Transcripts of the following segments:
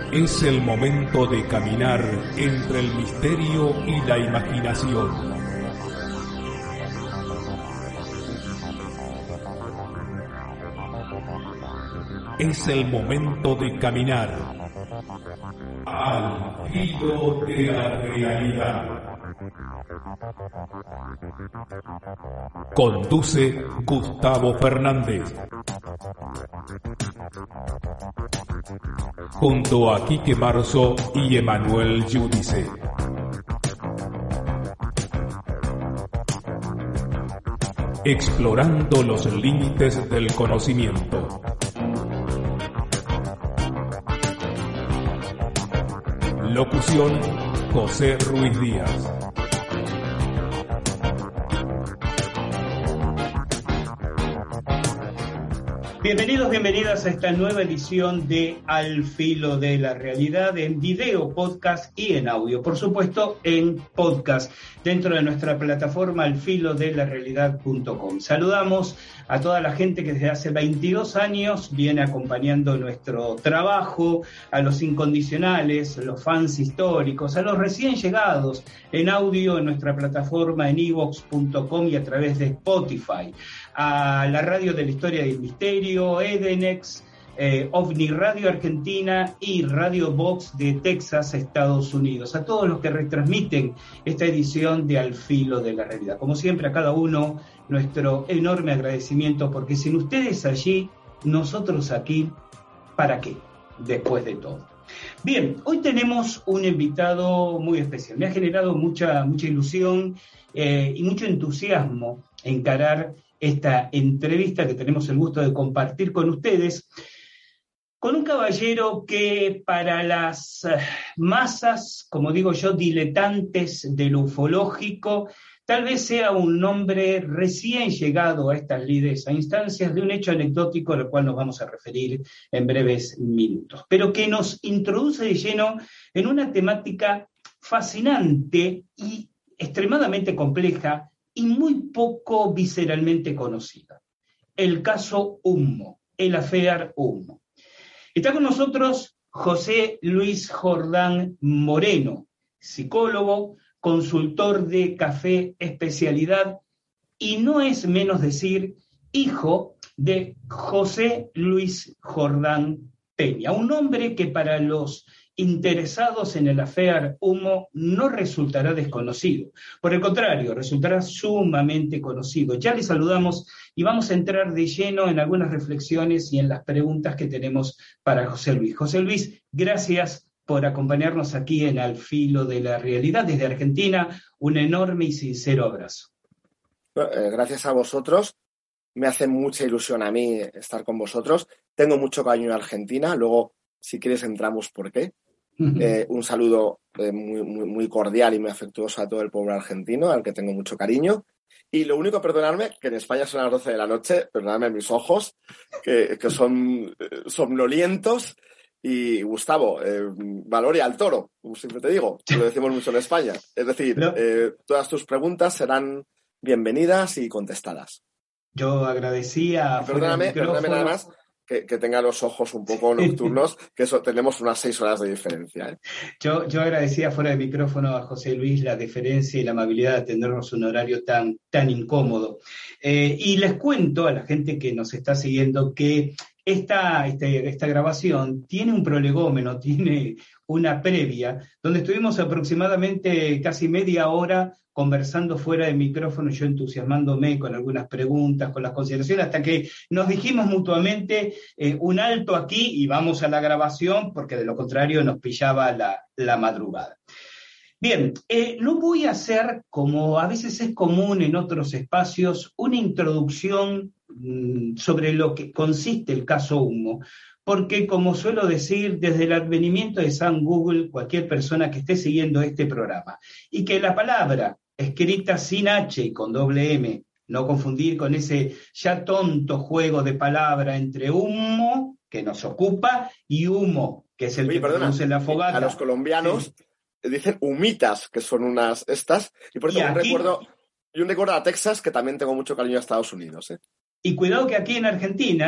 Es el momento de caminar entre el misterio y la imaginación. Es el momento de caminar al filo de la realidad. Conduce Gustavo Fernández. Junto a Quique Marzo y Emanuel Giudice. Explorando los límites del conocimiento. Locución: José Ruiz Díaz. Bienvenidos, bienvenidas a esta nueva edición de Al Filo de la Realidad, en video, podcast y en audio. Por supuesto, en podcast, dentro de nuestra plataforma alfilodelarealidad.com. Saludamos a toda la gente que desde hace 22 años viene acompañando nuestro trabajo, a los incondicionales, los fans históricos, a los recién llegados en audio en nuestra plataforma en iVoox.com y a través de Spotify, a la radio de la historia del misterio, Edenex, OVNI Radio Argentina y Radio Vox de Texas, Estados Unidos. A todos los que retransmiten esta edición de Al Filo de la Realidad. Como siempre, a cada uno nuestro enorme agradecimiento, porque sin ustedes allí, nosotros aquí, ¿para qué? Después de todo. Bien, hoy tenemos un invitado muy especial. Me ha generado mucha ilusión y mucho entusiasmo encarar esta entrevista que tenemos el gusto de compartir con ustedes, con un caballero que para las masas, como digo yo, diletantes del ufológico, tal vez sea un nombre recién llegado a estas lides, a instancias de un hecho anecdótico al cual nos vamos a referir en breves minutos, pero que nos introduce de lleno en una temática fascinante y extremadamente compleja y muy poco visceralmente conocida. El caso Humo, el affair Humo. Está con nosotros José Luis Jordán Moreno, psicólogo, consultor de Café Especialidad, y no es menos decir, hijo de José Luis Jordán Peña, un hombre que para los interesados en el affair Humo no resultará desconocido. Por el contrario, resultará sumamente conocido. Ya le saludamos y vamos a entrar de lleno en algunas reflexiones y en las preguntas que tenemos para José Luis. José Luis, gracias por acompañarnos aquí en Al Filo de la Realidad. Desde Argentina, un enorme y sincero abrazo. Gracias a vosotros. Me hace mucha ilusión a mí estar con vosotros. Tengo mucho cariño a Argentina. Luego, si quieres, entramos por qué. Un saludo muy cordial y muy afectuoso a todo el pueblo argentino, al que tengo mucho cariño. Y lo único, perdonadme, que en España son las 12 de la noche, perdonadme mis ojos, que son somnolientos. Y Gustavo, valore al toro, como siempre te digo, lo decimos mucho en España. Es decir, no. Todas tus preguntas serán bienvenidas y contestadas. Yo agradecía... Perdóname nada más que tenga los ojos un poco nocturnos, que tenemos unas 6 horas de diferencia. Yo agradecía fuera de micrófono a José Luis la deferencia y la amabilidad de atendernos un horario tan incómodo. Y les cuento a la gente que nos está siguiendo que esta grabación tiene un prolegómeno, tiene una previa, donde estuvimos aproximadamente casi media hora conversando fuera de micrófono, yo entusiasmándome con algunas preguntas, con las consideraciones, hasta que nos dijimos mutuamente un alto aquí y vamos a la grabación, porque de lo contrario nos pillaba la madrugada. Bien, no voy a hacer, como a veces es común en otros espacios, una introducción sobre lo que consiste el caso Humo, porque, como suelo decir, desde el advenimiento de San Google, cualquier persona que esté siguiendo este programa, y que la palabra escrita sin H y con doble M, no confundir con ese ya tonto juego de palabra entre humo, que nos ocupa, y humo, que es el que produce la fogata. A los colombianos dicen humitas, que son unas estas, y por eso un recuerdo a Texas, que también tengo mucho cariño a Estados Unidos. Y cuidado que aquí en Argentina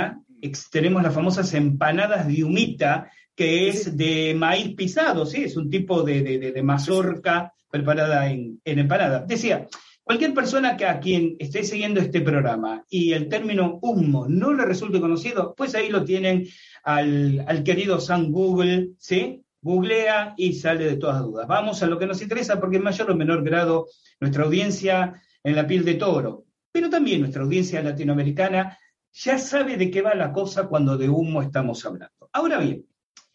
tenemos las famosas empanadas de humita, que es de maíz pisado, ¿sí? Es un tipo de mazorca preparada en empanada. Decía, cualquier persona a quien esté siguiendo este programa y el término humo no le resulte conocido, pues ahí lo tienen al querido San Google, ¿sí? Googlea y sale de todas dudas. Vamos a lo que nos interesa, porque en mayor o menor grado nuestra audiencia en la piel de toro, pero también nuestra audiencia latinoamericana ya sabe de qué va la cosa cuando de humo estamos hablando. Ahora bien,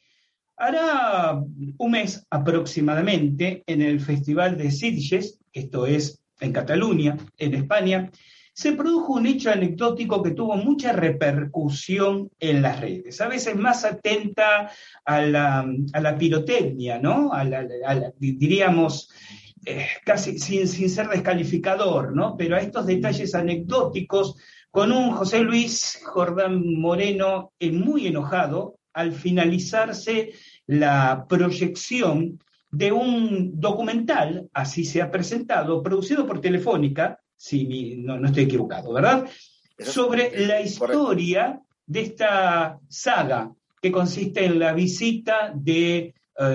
hará un mes aproximadamente, en el Festival de Sitges, esto es en Cataluña, en España, se produjo un hecho anecdótico que tuvo mucha repercusión en las redes, a veces más atenta a la pirotecnia, ¿no? Diríamos, casi sin ser descalificador, ¿no? Pero a estos detalles anecdóticos, con un José Luis Jordán Moreno muy enojado al finalizarse la proyección de un documental, así se ha presentado, producido por Telefónica, si no estoy equivocado, ¿verdad? Sobre la historia de esta saga, que consiste en la visita de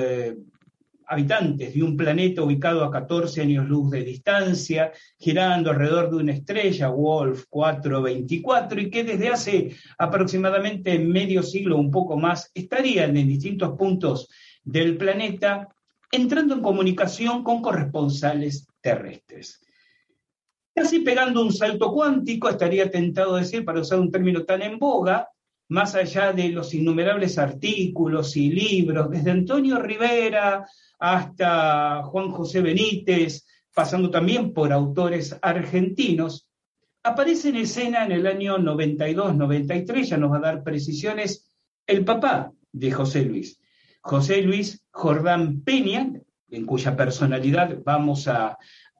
habitantes de un planeta ubicado a 14 años luz de distancia, girando alrededor de una estrella, Wolf 424, y que desde hace aproximadamente medio siglo, un poco más, estarían en distintos puntos del planeta, entrando en comunicación con corresponsales terrestres. Casi pegando un salto cuántico, estaría tentado a decir, para usar un término tan en boga, más allá de los innumerables artículos y libros, desde Antonio Rivera hasta Juan José Benítez, pasando también por autores argentinos, aparece en escena en el año 92-93, ya nos va a dar precisiones, el papá de José Luis Jordán Peña, en cuya personalidad vamos a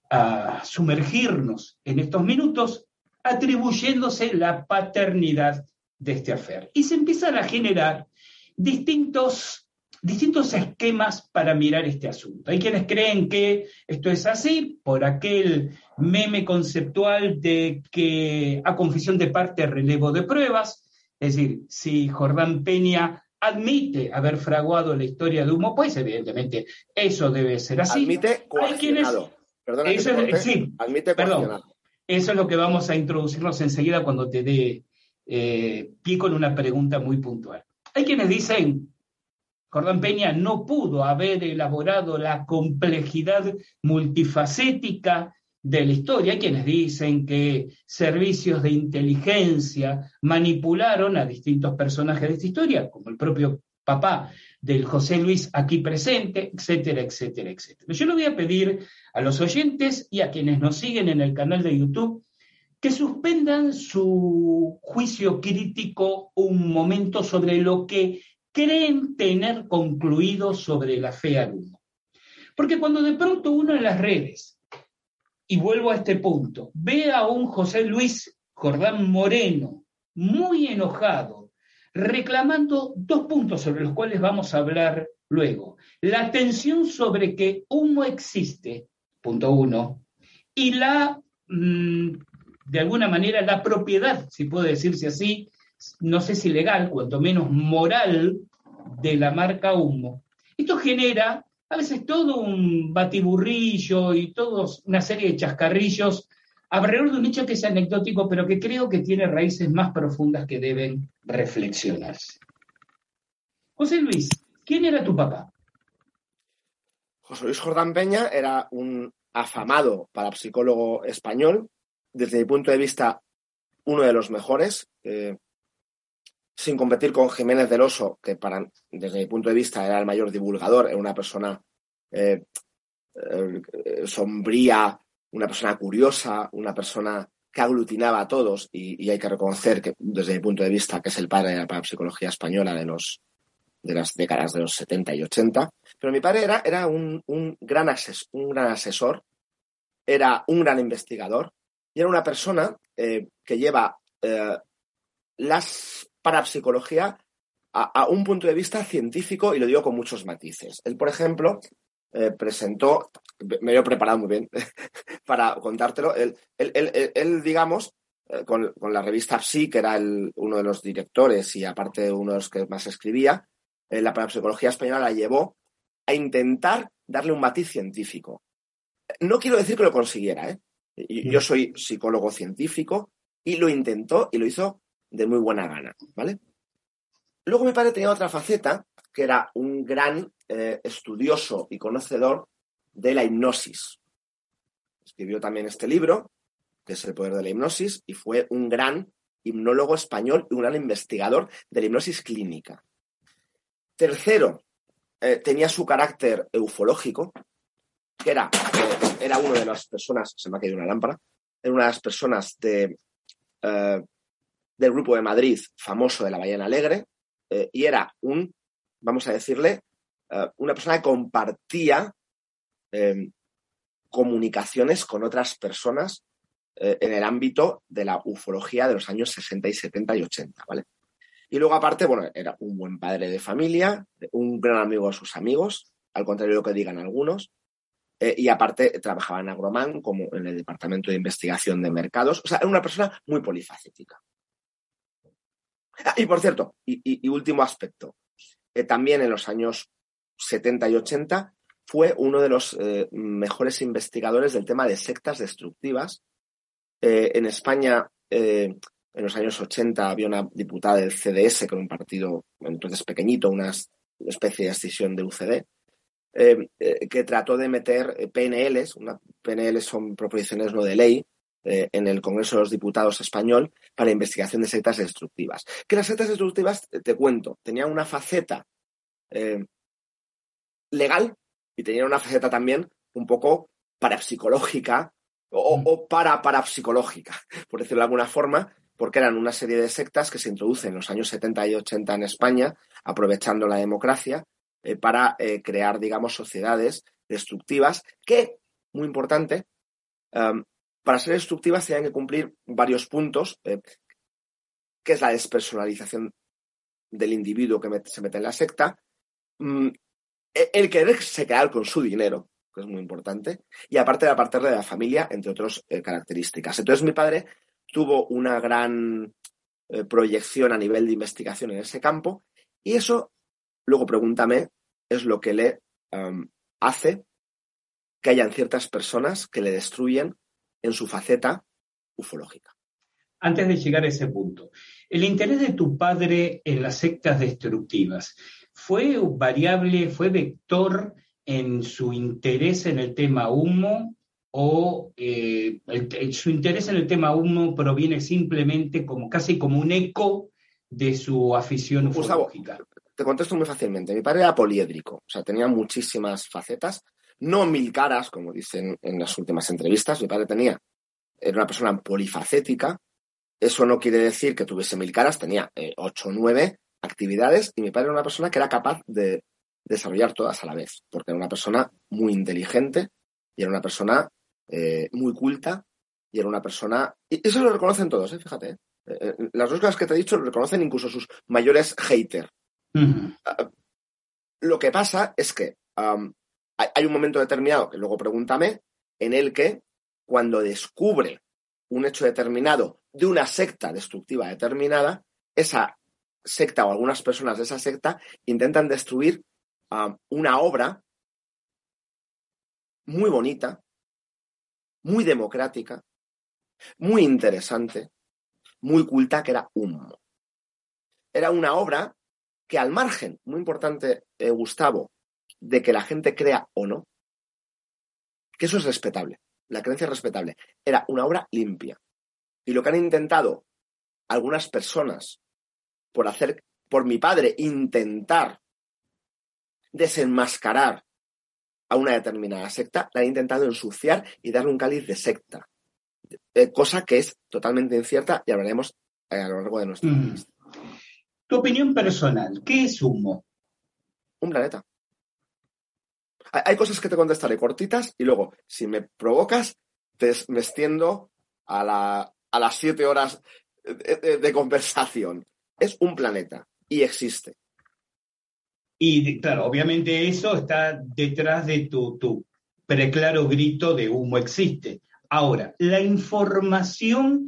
sumergirnos en estos minutos, atribuyéndose la paternidad de este afer. Y se empiezan a generar distintos esquemas para mirar este asunto. Hay quienes creen que esto es así por aquel meme conceptual de que a confesión de parte relevo de pruebas, es decir, si Jordán Peña admite haber fraguado la historia de humo, pues evidentemente eso debe ser así. Admite coaccionado. Admite coaccionado. Eso es lo que vamos a introducirnos enseguida cuando te dé pie con una pregunta muy puntual. Hay quienes dicen, Jordán Peña no pudo haber elaborado la complejidad multifacética de la historia. Hay quienes dicen que servicios de inteligencia manipularon a distintos personajes de esta historia, como el propio papá del José Luis aquí presente, etcétera, etcétera, etcétera. Yo le voy a pedir a los oyentes y a quienes nos siguen en el canal de YouTube que suspendan su juicio crítico un momento sobre lo que creen tener concluido sobre la fe al humo. Porque cuando de pronto uno en las redes, y vuelvo a este punto, ve a un José Luis Jordán Moreno muy enojado, reclamando dos puntos sobre los cuales vamos a hablar luego. La tensión sobre que humo existe, punto uno, y de alguna manera, la propiedad, si puede decirse así, no sé si legal, cuanto menos moral, de la marca humo. Esto genera a veces todo un batiburrillo y toda una serie de chascarrillos alrededor de un hecho que es anecdótico, pero que creo que tiene raíces más profundas que deben reflexionarse. José Luis, ¿quién era tu papá? José Luis Jordán Peña era un afamado parapsicólogo español, desde mi punto de vista, uno de los mejores, sin competir con Jiménez del Oso, que desde mi punto de vista era el mayor divulgador, era una persona sombría, una persona curiosa, una persona que aglutinaba a todos, y hay que reconocer que, desde mi punto de vista, que es el padre de la parapsicología española de las décadas de los 70 y 80. Pero mi padre era un gran asesor, era un gran investigador, y era una persona que lleva la parapsicología a un punto de vista científico, y lo digo con muchos matices. Él, por ejemplo, presentó, me lo he preparado muy bien para contártelo, él digamos, con la revista Psi, que era uno de los directores y aparte uno de los que más escribía, la parapsicología española la llevó a intentar darle un matiz científico. No quiero decir que lo consiguiera, ¿eh? Yo soy psicólogo científico y lo intentó y lo hizo de muy buena gana, ¿vale? Luego mi padre tenía otra faceta, que era un gran estudioso y conocedor de la hipnosis. Escribió también este libro, que es El poder de la hipnosis, y fue un gran hipnólogo español y un gran investigador de la hipnosis clínica. Tercero, tenía su carácter ufológico, que era una de las personas, se me ha caído una lámpara, era una de las personas del Grupo de Madrid famoso de la Ballena Alegre, y era vamos a decirle, una persona que compartía comunicaciones con otras personas en el ámbito de la ufología de los años 60 y 70 y 80, ¿vale? Y luego, aparte, bueno, era un buen padre de familia, un gran amigo de sus amigos, al contrario de lo que digan algunos, y aparte trabajaba en Agroman, como en el Departamento de Investigación de Mercados. O sea, era una persona muy polifacética. Y por cierto, y último aspecto, también en los años 70 y 80 fue uno de los mejores investigadores del tema de sectas destructivas. En España, en los años 80, había una diputada del CDS, que era un partido entonces pequeñito, una especie de escisión de UCD, que trató de meter PNLs, PNLs son proposiciones no de ley, en el Congreso de los Diputados español para investigación de sectas destructivas. Que las sectas destructivas, te cuento, tenían una faceta legal y tenían una faceta también un poco parapsicológica o parapsicológica, por decirlo de alguna forma, porque eran una serie de sectas que se introducen en los años 70 y 80 en España, aprovechando la democracia, para crear, digamos, sociedades destructivas que, muy importante, para ser destructivas tenían que cumplir varios puntos, que es la despersonalización del individuo que se mete en la secta, el quererse quedar con su dinero, que es muy importante, y aparte de apartarle de la familia, entre otras características. Entonces mi padre tuvo una gran proyección a nivel de investigación en ese campo, y eso, luego pregúntame, es lo que le hace que hayan ciertas personas que le destruyen en su faceta ufológica. Antes de llegar a ese punto, el interés de tu padre en las sectas destructivas, ¿fue variable, fue vector en su interés en el tema humo o su interés en el tema humo proviene simplemente casi como un eco de su afición ufológica? Gustavo, te contesto muy fácilmente. Mi padre era poliédrico, o sea, tenía muchísimas facetas, no 1000 caras, como dicen en las últimas entrevistas. Mi padre era una persona polifacética. Eso no quiere decir que tuviese 1000 caras, tenía 8 o 9 actividades, y mi padre era una persona que era capaz de desarrollar todas a la vez, porque era una persona muy inteligente y era una persona muy culta y era una persona... Y eso lo reconocen todos, fíjate. Las dos cosas que te he dicho lo reconocen incluso sus mayores haters. Uh-huh. Lo que pasa es que hay un momento determinado, que luego pregúntame, en el que cuando descubre un hecho determinado de una secta destructiva determinada, esa secta o algunas personas de esa secta intentan destruir una obra muy bonita, muy democrática, muy interesante, muy culta, que era Humo. Era una obra que, al margen, muy importante, Gustavo, de que la gente crea o no, que eso es respetable, la creencia es respetable, era una obra limpia. Y lo que han intentado algunas personas por mi padre, intentar desenmascarar a una determinada secta, la han intentado ensuciar y darle un cáliz de secta. Cosa que es totalmente incierta y hablaremos a lo largo de nuestra entrevista. Tu opinión personal, ¿qué es Humo? Un planeta. Hay cosas que te contestaré cortitas y luego, si me provocas, me extiendo a las 7 horas de conversación. Es un planeta y existe. Y claro, obviamente eso está detrás de tu preclaro grito de Humo existe. Ahora, la información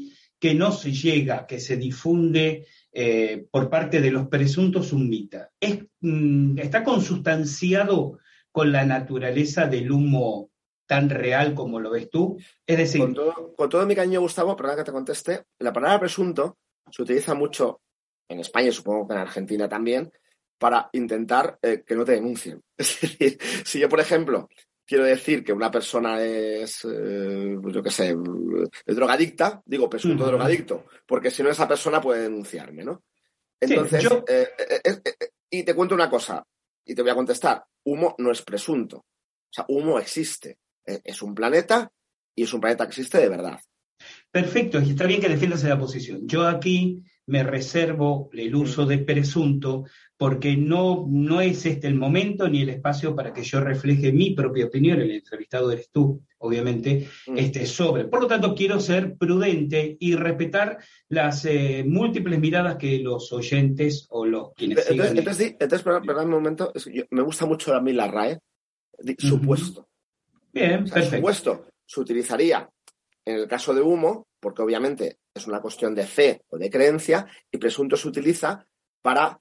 que no se llega, que se difunde por parte de los presuntos humitas, ¿está consustanciado con la naturaleza del humo tan real como lo ves tú? Es decir, con todo mi cariño, Gustavo, perdona que te conteste, la palabra presunto se utiliza mucho en España y supongo que en Argentina también para intentar que no te denuncien. Es decir, si yo, por ejemplo, quiero decir que una persona es, yo qué sé, es drogadicta, digo presunto drogadicto, porque si no esa persona puede denunciarme, ¿no? Entonces, sí, y te cuento una cosa, y te voy a contestar, humo no es presunto. O sea, humo existe. Es un planeta y es un planeta que existe de verdad. Perfecto, y está bien que defiendas la posición. Yo aquí me reservo el uso de presunto porque no es este el momento ni el espacio para que yo refleje mi propia opinión, el entrevistado eres tú, obviamente, sobre. Por lo tanto, quiero ser prudente y respetar las múltiples miradas que los oyentes o los quienes sigan. Entonces, perdón un momento, me gusta mucho a mí la RAE, supuesto. Bien, o sea, perfecto. Supuesto se utilizaría en el caso de humo, porque obviamente es una cuestión de fe o de creencia, y presunto se utiliza para,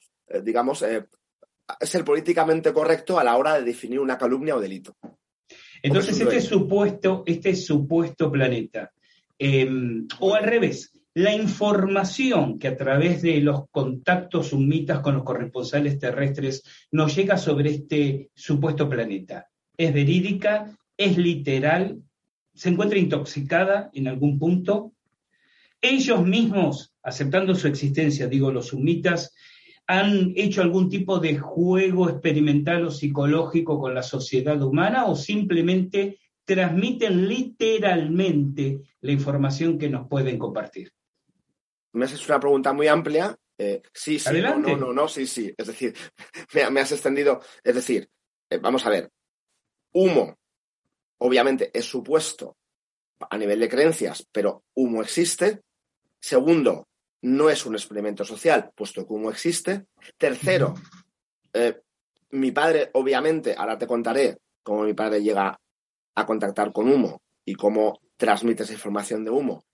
ser políticamente correcto a la hora de definir una calumnia o delito. Entonces, este supuesto planeta, o al revés, la información que a través de los contactos humitas con los corresponsales terrestres nos llega sobre este supuesto planeta, ¿es verídica? ¿Es literal? ¿Se encuentra intoxicada en algún punto? Ellos mismos, aceptando su existencia, digo, los humitas, ¿han hecho algún tipo de juego experimental o psicológico con la sociedad humana o simplemente transmiten literalmente la información que nos pueden compartir? Me haces una pregunta muy amplia. Sí, Adelante. no, sí. Es decir, me has extendido. Es decir, vamos a ver. Humo, obviamente, es supuesto a nivel de creencias, pero humo existe. Segundo, no es un experimento social, puesto que humo existe. Tercero, mi padre, obviamente, ahora te contaré cómo mi padre llega a contactar con humo y cómo transmite esa información de humo.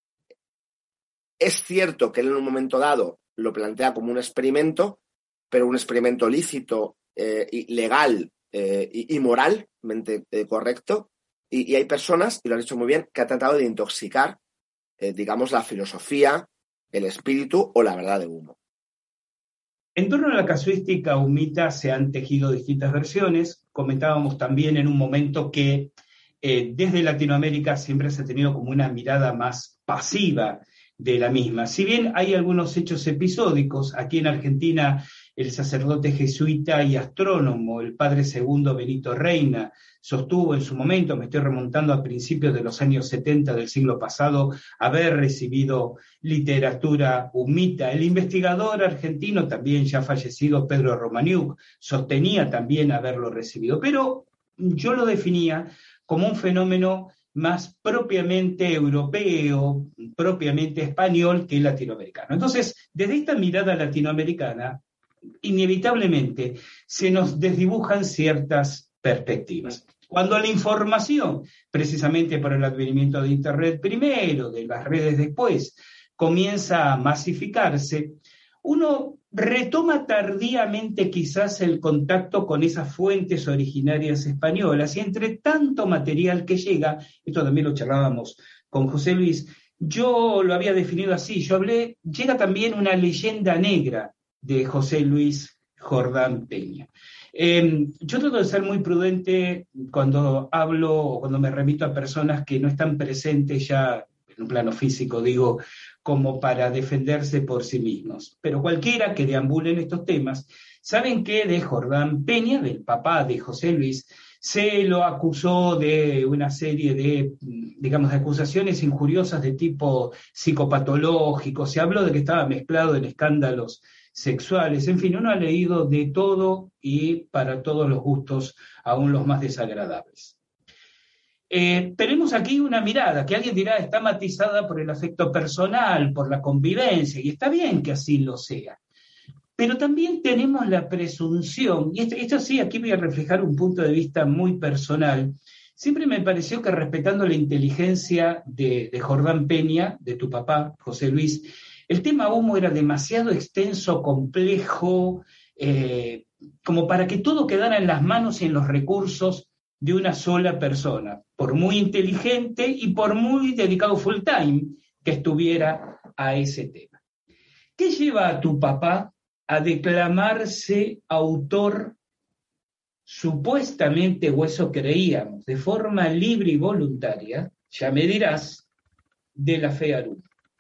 Es cierto que él en un momento dado lo plantea como un experimento, pero un experimento lícito, legal y moralmente correcto. Y hay personas, y lo han hecho muy bien, que han tratado de intoxicar, la filosofía, el espíritu o la verdad de humo. En torno a la casuística humita se han tejido distintas versiones. Comentábamos también en un momento que desde Latinoamérica siempre se ha tenido como una mirada más pasiva de la misma. Si bien hay algunos hechos episódicos, aquí en Argentina el sacerdote jesuita y astrónomo, el padre segundo Benito Reina, sostuvo en su momento, me estoy remontando a principios de los años 70 del siglo pasado, haber recibido literatura humita. El investigador argentino, también ya fallecido, Pedro Romaniuk, sostenía también haberlo recibido, pero yo lo definía como un fenómeno más propiamente europeo, propiamente español que latinoamericano. Entonces, desde esta mirada latinoamericana, inevitablemente se nos desdibujan ciertas perspectivas. Cuando la información, precisamente por el advenimiento de Internet primero, de las redes después, comienza a masificarse, uno retoma tardíamente quizás el contacto con esas fuentes originarias españolas y entre tanto material que llega, esto también lo charlábamos con José Luis, yo lo había definido así, llega también una leyenda negra de José Luis Jordán Peña. Yo trato de ser muy prudente cuando hablo o cuando me remito a personas que no están presentes ya en un plano físico, digo, como para defenderse por sí mismos. Pero cualquiera que deambule en estos temas, saben que de Jordán Peña, del papá de José Luis, se lo acusó de una serie de acusaciones injuriosas de tipo psicopatológico, se habló de que estaba mezclado en escándalos sexuales, en fin, uno ha leído de todo y para todos los gustos, aún los más desagradables. Tenemos aquí una mirada que alguien dirá está matizada por el afecto personal, por la convivencia, y está bien que así lo sea. Pero también tenemos la presunción, y esto sí, aquí voy a reflejar un punto de vista muy personal, Siempre me pareció que respetando la inteligencia de Jordán Peña, de tu papá, José Luis, el tema humo era demasiado extenso, complejo, como para que todo quedara en las manos y en los recursos de una sola persona, por muy inteligente y por muy dedicado full time que estuviera a ese tema. ¿Qué lleva a tu papá a declamarse autor, supuestamente, o eso creíamos, de forma libre y voluntaria, ya me dirás, de la fe Arum?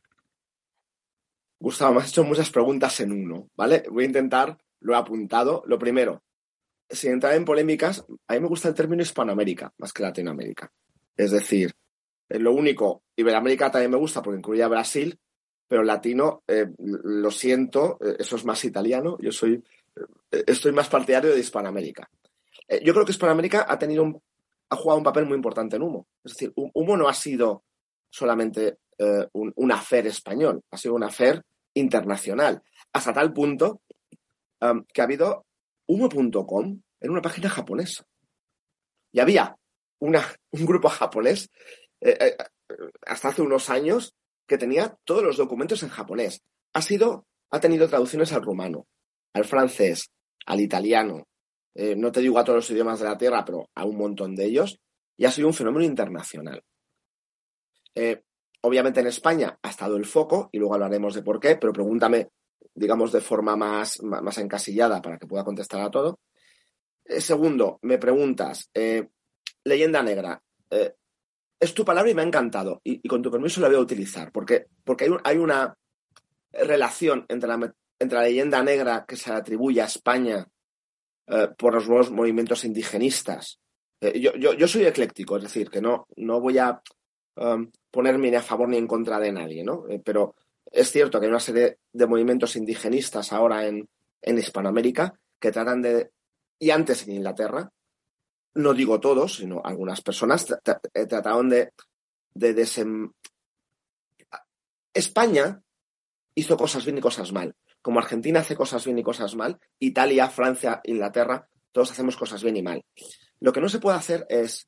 Gustavo, me has hecho muchas preguntas en uno, ¿vale? Voy a intentar, lo he apuntado. Lo primero, sin entrar en polémicas, a mí me gusta el término Hispanoamérica más que Latinoamérica. Es decir, lo único, Iberoamérica también me gusta porque incluye a Brasil, pero latino, lo siento, eso es más italiano, estoy más partidario de Hispanoamérica. Yo creo que Hispanoamérica ha jugado un papel muy importante en Humo. Es decir, Humo no ha sido solamente un hacer español, ha sido un hacer internacional, hasta tal punto que ha habido Humo.com en una página japonesa. Y había un grupo japonés hasta hace unos años que tenía todos los documentos en japonés. Ha tenido traducciones al rumano, al francés, al italiano, no te digo a todos los idiomas de la tierra, pero a un montón de ellos, y ha sido un fenómeno internacional. Obviamente en España ha estado el foco, y luego hablaremos de por qué, pero pregúntame, digamos, de forma más encasillada para que pueda contestar a todo. Segundo, me preguntas, leyenda negra. Es tu palabra y me ha encantado, y con tu permiso la voy a utilizar, porque hay una relación entre la leyenda negra que se atribuye a España por los nuevos movimientos indigenistas. Yo soy ecléctico, es decir, que no voy a ponerme ni a favor ni en contra de nadie, ¿no? Pero es cierto que hay una serie de movimientos indigenistas ahora en Hispanoamérica que tratan de, y antes en Inglaterra, no digo todos, sino algunas personas trataron de España hizo cosas bien y cosas mal. Como Argentina hace cosas bien y cosas mal, Italia, Francia, Inglaterra, todos hacemos cosas bien y mal. Lo que no se puede hacer es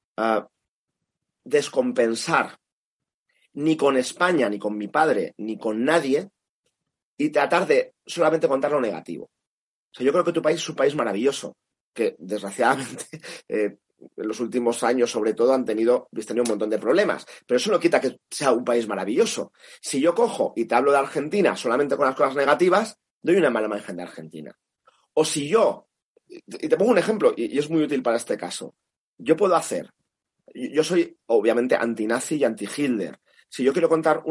descompensar ni con España, ni con mi padre, ni con nadie y tratar de solamente contar lo negativo. O sea, yo creo que tu país es un país maravilloso, que desgraciadamente en los últimos años sobre todo han tenido un montón de problemas, pero eso no quita que sea un país maravilloso. Si yo cojo y te hablo de Argentina solamente con las cosas negativas, doy una mala imagen de Argentina. O si yo, y te pongo un ejemplo, y es muy útil para este caso, yo soy obviamente antinazi y anti-Hitler. Si yo quiero contar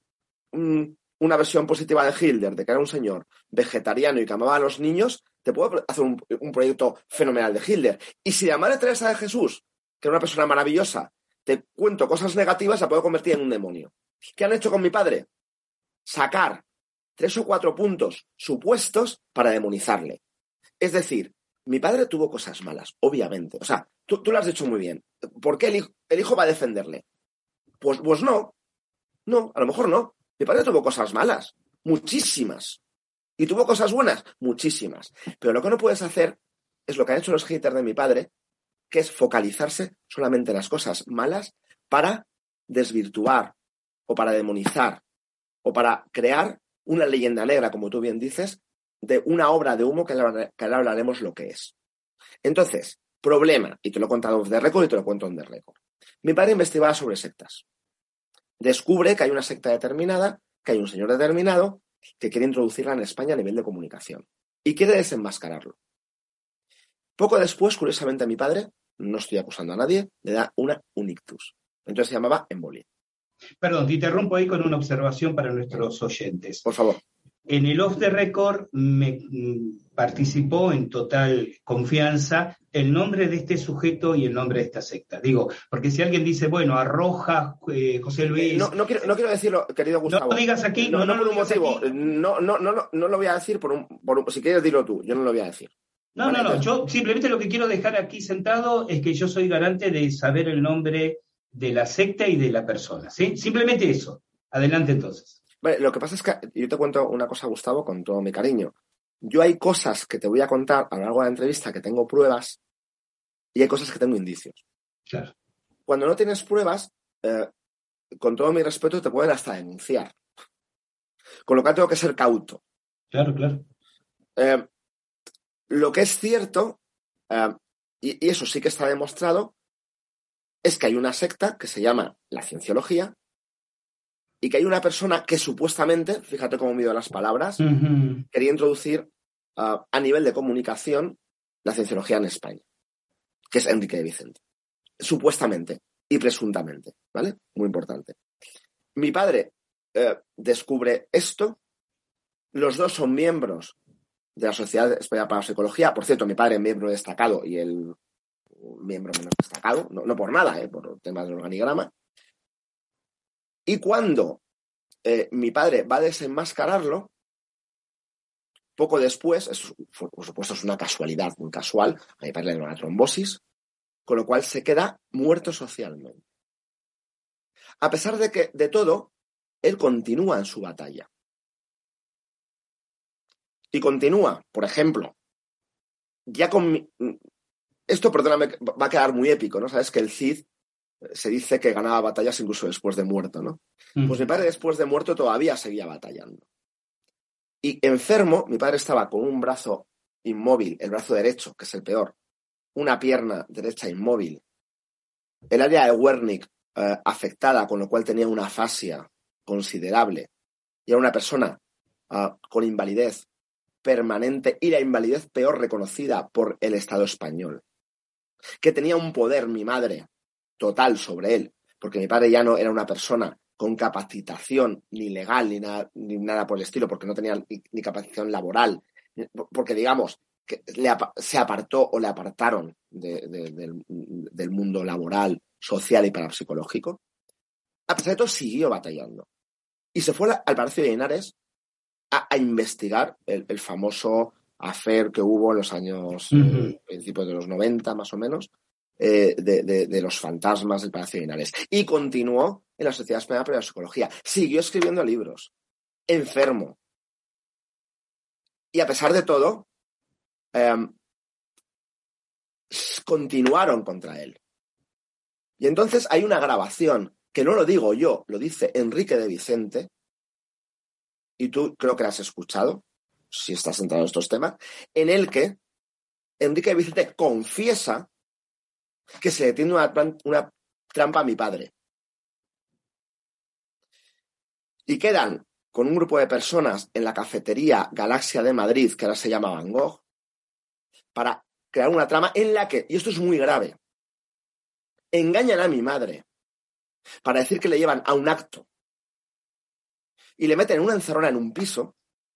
una versión positiva de Hitler, de que era un señor vegetariano y que amaba a los niños, te puedo hacer un proyecto fenomenal de Hitler. Y si la Madre Teresa de Jesús, que era una persona maravillosa, te cuento cosas negativas, la puedo convertir en un demonio. ¿Qué han hecho con mi padre? Sacar 3 o 4 puntos supuestos para demonizarle. Es decir, mi padre tuvo cosas malas, obviamente. O sea, tú lo has dicho muy bien. ¿Por qué el hijo va a defenderle? Pues no. No, a lo mejor no. Mi padre tuvo cosas malas, muchísimas. ¿Y tuvo cosas buenas? Muchísimas. Pero lo que no puedes hacer es lo que han hecho los haters de mi padre, que es focalizarse solamente en las cosas malas para desvirtuar o para demonizar o para crear una leyenda negra, como tú bien dices, de una obra de humo que ahora hablaremos lo que es. Entonces, problema, y te lo he contado off the record y te lo cuento on the record. Mi padre investigaba sobre sectas. Descubre que hay una secta determinada, que hay un señor determinado que quiere introducirla en España a nivel de comunicación y quiere desenmascararlo. Poco después, curiosamente, a mi padre, no estoy acusando a nadie, le da una un ictus. Entonces se llamaba embolia. Perdón, te interrumpo ahí con una observación para nuestros oyentes. Por favor. En el off the record me participó en total confianza el nombre de este sujeto y el nombre de esta secta. Digo, porque si alguien dice, bueno, arroja José Luis... No quiero decirlo, querido Gustavo. No lo digas aquí. No por un motivo. No lo voy a decir si quieres dilo tú. Yo no lo voy a decir. No. Yo simplemente lo que quiero dejar aquí sentado es que yo soy garante de saber el nombre de la secta y de la persona, ¿sí? Simplemente eso. Adelante entonces. Vale, lo que pasa es que yo te cuento una cosa, Gustavo, con todo mi cariño. Yo hay cosas que te voy a contar a lo largo de la entrevista que tengo pruebas y hay cosas que tengo indicios. Claro. Cuando no tienes pruebas, con todo mi respeto, te pueden hasta denunciar. Con lo cual tengo que ser cauto. Claro, claro. Lo que es cierto, y eso sí que está demostrado, es que hay una secta que se llama la Cienciología y que hay una persona que supuestamente, fíjate cómo mido las palabras, quería introducir a nivel de comunicación la Cienciología en España, que es Enrique de Vicente. Supuestamente y presuntamente, ¿vale? Muy importante. Mi padre descubre esto. Los dos son miembros de la Sociedad Española para la Psicología. Por cierto, mi padre es miembro destacado y él miembro menos destacado. No por nada, por temas del organigrama. Y cuando mi padre va a desenmascararlo, poco después, por supuesto es una casualidad muy casual, a mi padre le dio una trombosis, con lo cual se queda muerto socialmente. A pesar de que, de todo, él continúa en su batalla. Y continúa, por ejemplo, ya con... Esto, perdóname, va a quedar muy épico, ¿no? Sabes que el Cid se dice que ganaba batallas incluso después de muerto, ¿no? Pues mi padre después de muerto todavía seguía batallando. Y enfermo, mi padre estaba con un brazo inmóvil, el brazo derecho, que es el peor, una pierna derecha inmóvil, el área de Wernicke afectada, con lo cual tenía una afasia considerable, y era una persona con invalidez permanente y la invalidez peor reconocida por el Estado español, que tenía un poder, mi madre, total sobre él, porque mi padre ya no era una persona con capacitación ni legal ni nada por el estilo, porque no tenía ni capacitación laboral, porque digamos que se apartó o le apartaron del mundo laboral, social y parapsicológico. A pesar de todo, siguió batallando. Y se fue al Palacio de Linares a investigar el famoso affair que hubo en los años, principios de los 90 más o menos, de los fantasmas del Palacio de Linares. Y continuó en la Sociedad Española para la Psicología. Siguió escribiendo libros. Enfermo. Y a pesar de todo, continuaron contra él. Y entonces hay una grabación, que no lo digo yo, lo dice Enrique de Vicente, y tú creo que la has escuchado, si estás centrado en estos temas, en el que Enrique de Vicente confiesa que se le tiende una trampa a mi padre. Y quedan con un grupo de personas en la cafetería Galaxia de Madrid, que ahora se llama Van Gogh, para crear una trama en la que, y esto es muy grave, engañan a mi madre para decir que le llevan a un acto y le meten en una encerrona en un piso,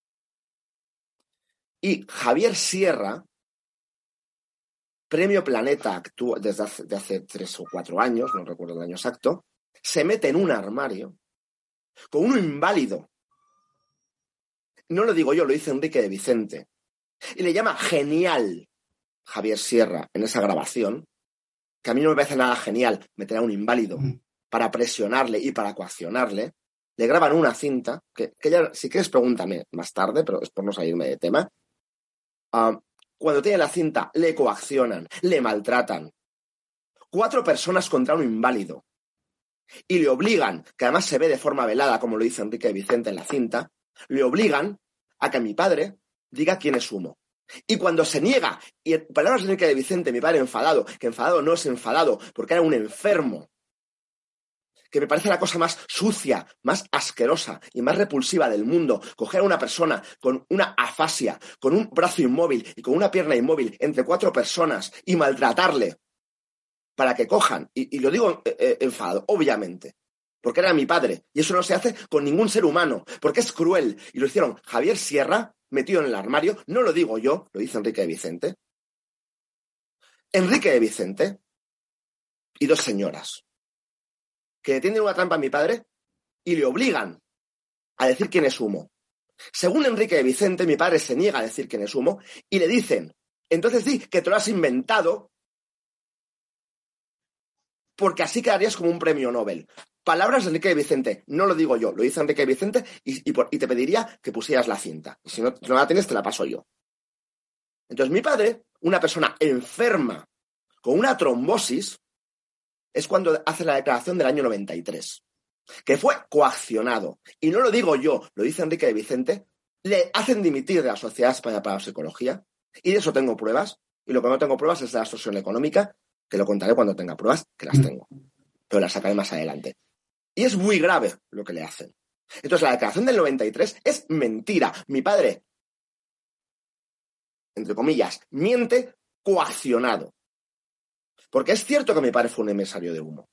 y Javier Sierra, Premio Planeta, actúa desde hace 3 o 4 años, no recuerdo el año exacto, se mete en un armario con un inválido. No lo digo yo, lo dice Enrique de Vicente. Y le llama genial Javier Sierra en esa grabación, que a mí no me parece nada genial meter a un inválido para presionarle y para coaccionarle. Le graban una cinta, que ya, si quieres pregúntame más tarde, pero es por no salirme de tema. Cuando tiene la cinta, le coaccionan, le maltratan. 4 personas contra un inválido. Y le obligan, que además se ve de forma velada, como lo dice Enrique de Vicente en la cinta, le obligan a que mi padre diga quién es Humo. Y cuando se niega, y en palabras de Enrique de Vicente, mi padre enfadado, que enfadado no es enfadado, porque era un enfermo, que me parece la cosa más sucia, más asquerosa y más repulsiva del mundo, coger a una persona con una afasia, con un brazo inmóvil y con una pierna inmóvil entre 4 personas y maltratarle para que cojan, y lo digo enfadado, obviamente, porque era mi padre, y eso no se hace con ningún ser humano, porque es cruel, y lo hicieron Javier Sierra, metido en el armario, no lo digo yo, lo dice Enrique de Vicente. Enrique de Vicente y 2 señoras que le tienden una trampa a mi padre y le obligan a decir quién es Humo. Según Enrique de Vicente, mi padre se niega a decir quién es Humo y le dicen, entonces di que te lo has inventado porque así quedarías como un premio Nobel. Palabras de Enrique de Vicente, no lo digo yo, lo dice Enrique de Vicente y te pediría que pusieras la cinta. Si no la tienes, te la paso yo. Entonces mi padre, una persona enferma con una trombosis, es cuando hace la declaración del año 93, que fue coaccionado. Y no lo digo yo, lo dice Enrique de Vicente, le hacen dimitir de la Sociedad Española para la Psicología, y de eso tengo pruebas, y lo que no tengo pruebas es de la extorsión económica, que lo contaré cuando tenga pruebas, que las tengo, pero las sacaré más adelante. Y es muy grave lo que le hacen. Entonces, la declaración del 93 es mentira. Mi padre, entre comillas, miente coaccionado. Porque es cierto que mi padre fue un emisario de humo,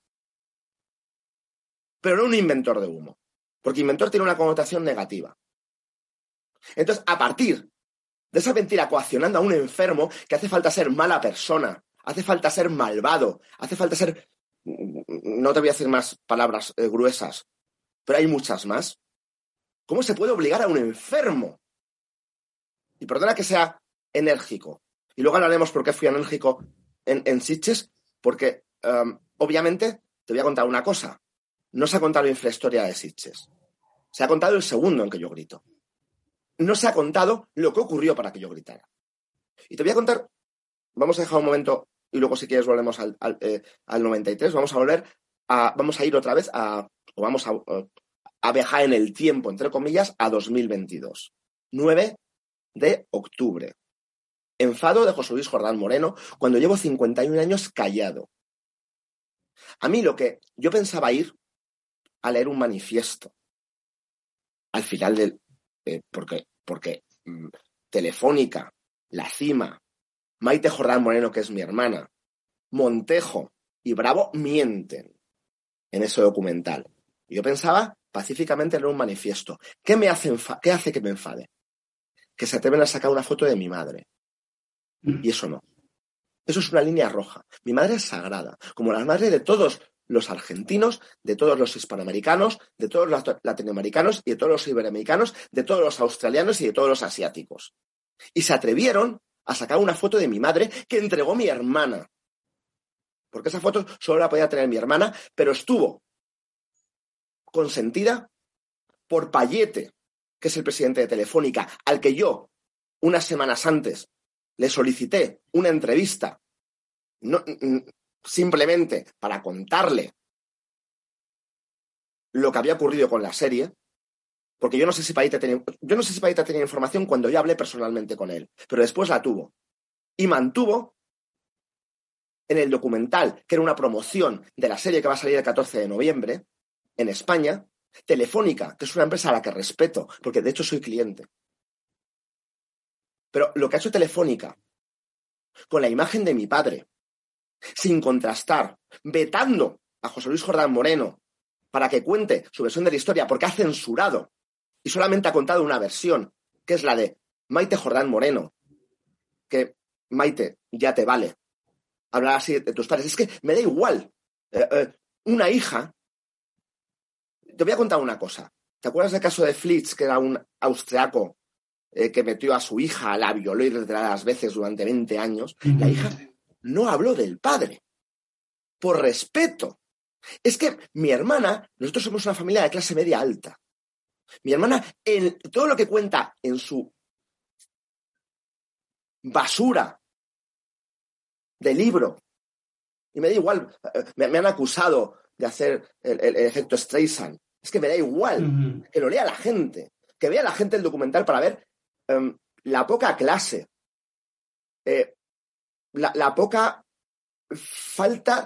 pero no un inventor de humo, porque inventor tiene una connotación negativa. Entonces, a partir de esa mentira coaccionando a un enfermo, que hace falta ser mala persona, hace falta ser malvado, hace falta ser... No te voy a decir más palabras gruesas, pero hay muchas más. ¿Cómo se puede obligar a un enfermo? Y perdona que sea enérgico. Y luego hablaremos por qué fui enérgico en Sitges, porque obviamente te voy a contar una cosa. No se ha contado la infrahistoria de Sitges. Se ha contado el segundo en que yo grito. No se ha contado lo que ocurrió para que yo gritara. Y te voy a contar, vamos a dejar un momento y luego si quieres volvemos al 93, vamos a ir otra vez vamos a viajar en el tiempo, entre comillas, a 2022. 9 de octubre. Enfado de José Luis Jordán Moreno cuando llevo 51 años callado. A mí lo que yo pensaba ir a leer un manifiesto al final del... porque Telefónica, La Cima, Maite Jordán Moreno, que es mi hermana, Montejo y Bravo mienten en ese documental. Y yo pensaba pacíficamente leer un manifiesto. ¿Qué hace que me enfade? Que se atreven a sacar una foto de mi madre. Y eso no. Eso es una línea roja. Mi madre es sagrada, como la madre de todos los argentinos, de todos los hispanoamericanos, de todos los latinoamericanos y de todos los iberoamericanos, de todos los australianos y de todos los asiáticos. Y se atrevieron a sacar una foto de mi madre que entregó mi hermana. Porque esa foto solo la podía tener mi hermana, pero estuvo consentida por Payete, que es el presidente de Telefónica, al que yo, unas semanas antes, le solicité una entrevista, simplemente para contarle lo que había ocurrido con la serie, porque yo no sé si Payete tenía información cuando yo hablé personalmente con él, pero después la tuvo. Y mantuvo en el documental, que era una promoción de la serie que va a salir el 14 de noviembre, en España, Telefónica, que es una empresa a la que respeto, porque de hecho soy cliente. Pero lo que ha hecho Telefónica con la imagen de mi padre, sin contrastar, vetando a José Luis Jordán Moreno para que cuente su versión de la historia, porque ha censurado y solamente ha contado una versión, que es la de Maite Jordán Moreno, que Maite, ya te vale hablar así de tus padres. Es que me da igual. Una hija... Te voy a contar una cosa. ¿Te acuerdas del caso de Flitz, que era un austriaco que metió a su hija, la violó y reiteradas veces durante 20 años? La hija no habló del padre. Por respeto. Es que mi hermana, nosotros somos una familia de clase media alta. Mi hermana, en todo lo que cuenta en su basura de libro, y me da igual, me han acusado de hacer el efecto Streisand, es que me da igual que lo lea la gente, que vea la gente el documental para ver la poca clase, la poca falta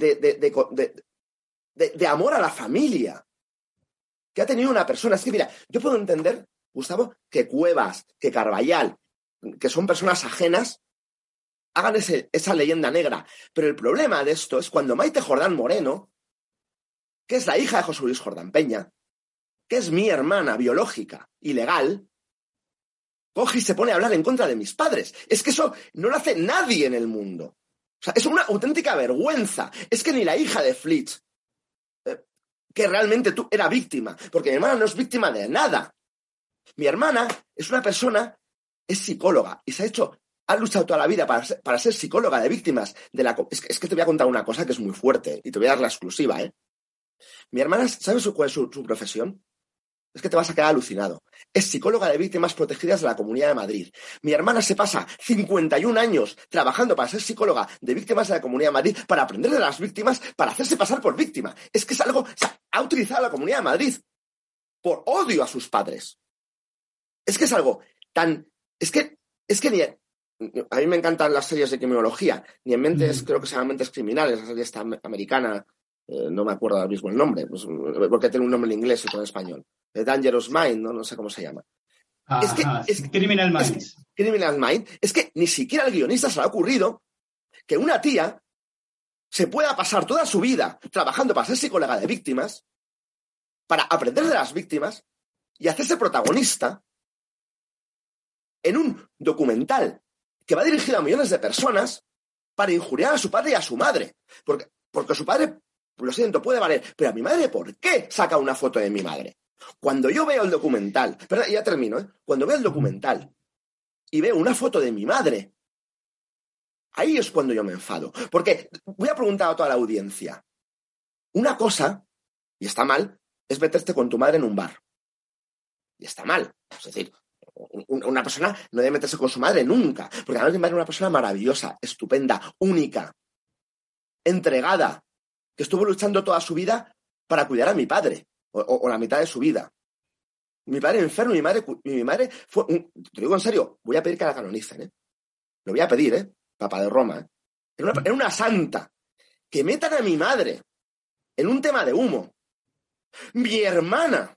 de amor a la familia que ha tenido una persona. Es que mira, yo puedo entender, Gustavo, que Cuevas, que Carballal, que son personas ajenas, hagan esa leyenda negra. Pero el problema de esto es cuando Maite Jordán Moreno, que es la hija de José Luis Jordán Peña, que es mi hermana biológica y legal, coge y se pone a hablar en contra de mis padres. Es que eso no lo hace nadie en el mundo. O sea, es una auténtica vergüenza. Es que ni la hija de Flitz, que realmente era víctima, porque mi hermana no es víctima de nada. Mi hermana es una persona, es psicóloga y ha luchado toda la vida para ser psicóloga de víctimas de la... Es que te voy a contar una cosa que es muy fuerte y te voy a dar la exclusiva, ¿eh? Mi hermana, ¿sabes cuál es su profesión? Es que te vas a quedar alucinado. Es psicóloga de víctimas protegidas de la Comunidad de Madrid. Mi hermana se pasa 51 años trabajando para ser psicóloga de víctimas de la Comunidad de Madrid, para aprender de las víctimas, para hacerse pasar por víctima. Es que es algo... O sea, ha utilizado la Comunidad de Madrid por odio a sus padres. Es que es algo tan... Es que ni... A mí me encantan las series de criminología. Ni en Mentes, creo que se llama Mentes Criminales, la serie esta americana... no me acuerdo ahora mismo el nombre, pues, porque tiene un nombre en inglés y todo en español. Dangerous Mind, no sé cómo se llama. Es Criminal Minds. Criminal Mind. Es que ni siquiera al guionista se le ha ocurrido que una tía se pueda pasar toda su vida trabajando para ser psicóloga de víctimas, para aprender de las víctimas y hacerse protagonista en un documental que va dirigido a millones de personas para injuriar a su padre y a su madre. Porque su padre, lo siento, puede valer, pero a mi madre, ¿por qué saca una foto de mi madre? Cuando yo veo el documental, pero ya termino, cuando veo el documental y veo una foto de mi madre, ahí es cuando yo me enfado. Porque voy a preguntar a toda la audiencia. Una cosa, y está mal, es meterte con tu madre en un bar. Y está mal. Es decir, una persona no debe meterse con su madre nunca. Porque además mi madre es una persona maravillosa, estupenda, única, entregada, que estuvo luchando toda su vida para cuidar a mi padre. O la mitad de su vida. Mi padre enfermo, mi madre fue... te digo en serio, voy a pedir que la canonicen, Lo voy a pedir, Papa de Roma, Era una santa. Que metan a mi madre en un tema de humo. Mi hermana.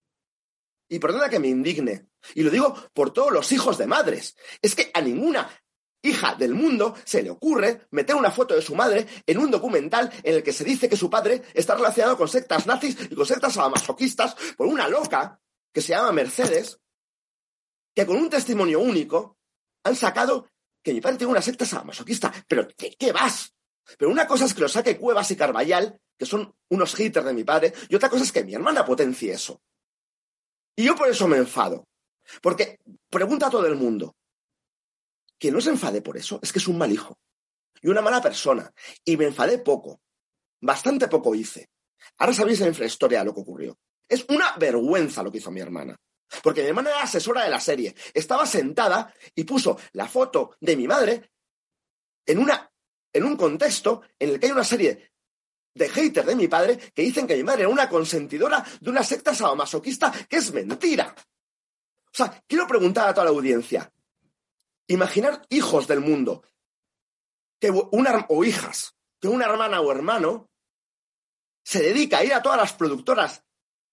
Y perdona que me indigne. Y lo digo por todos los hijos de madres. Es que a ninguna hija del mundo se le ocurre meter una foto de su madre en un documental en el que se dice que su padre está relacionado con sectas nazis y con sectas sadomasoquistas por una loca que se llama Mercedes, que con un testimonio único han sacado que mi padre tiene una secta sadomasoquista. ¿Pero de qué vas? Pero una cosa es que lo saque Cuevas y Carballal, que son unos haters de mi padre, y otra cosa es que mi hermana potencie eso. Y yo por eso me enfado. Porque pregunta a todo el mundo. Que no se enfade por eso es que es un mal hijo y una mala persona. Y me enfadé poco. Bastante poco hice. Ahora sabéis la infrahistoria de lo que ocurrió. Es una vergüenza lo que hizo mi hermana. Porque mi hermana era asesora de la serie. Estaba sentada y puso la foto de mi madre en un contexto en el que hay una serie de haters de mi padre que dicen que mi madre era una consentidora de una secta sadomasoquista, que es mentira. O sea, quiero preguntar a toda la audiencia. Imaginar hijos del mundo o hijas que una hermana o hermano se dedica a ir a todas las productoras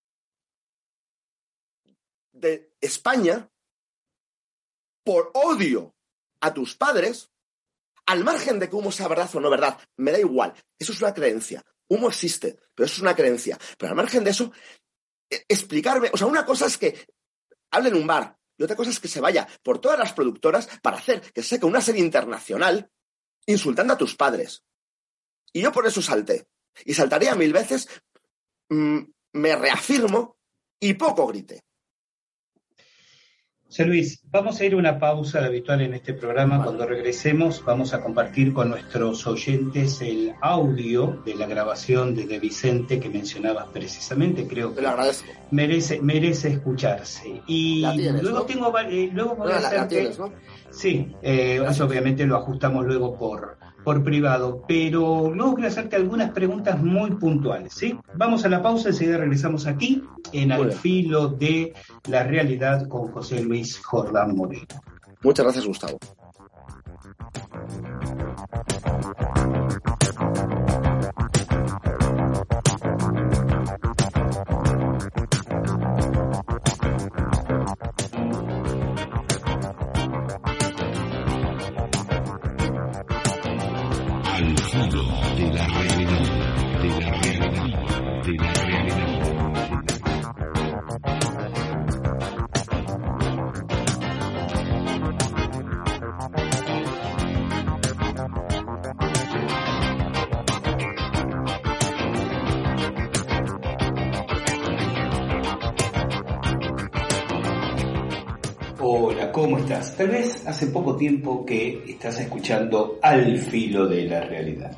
de España por odio a tus padres, al margen de que humo sea verdad o no verdad, me da igual, eso es una creencia. Humo existe, pero eso es una creencia. Pero al margen de eso, explicarme, o sea, una cosa es que hable en un bar, y otra cosa es que se vaya por todas las productoras para hacer que se saque una serie internacional insultando a tus padres. Y yo por eso salté. Y saltaría 1000 veces, me reafirmo y poco grité. José Luis, vamos a ir a una pausa habitual en este programa. Vale. Cuando regresemos vamos a compartir con nuestros oyentes el audio de la grabación de Vicente que mencionabas precisamente. Creo que te lo agradezco. Merece escucharse. Y la tienes, luego ¿no? luego voy a hacer la tienes, ¿no? Sí, eso obviamente lo ajustamos luego por privado, pero luego quiero hacerte algunas preguntas muy puntuales, ¿sí? Vamos a la pausa, enseguida regresamos aquí en Al Filo de la Realidad con José Luis Jordán Moreno. Muchas gracias, Gustavo. Al filo de la realidad, de la realidad, de la realidad. Hola, ¿cómo estás? Tal vez hace poco tiempo que estás escuchando Al Filo de la Realidad.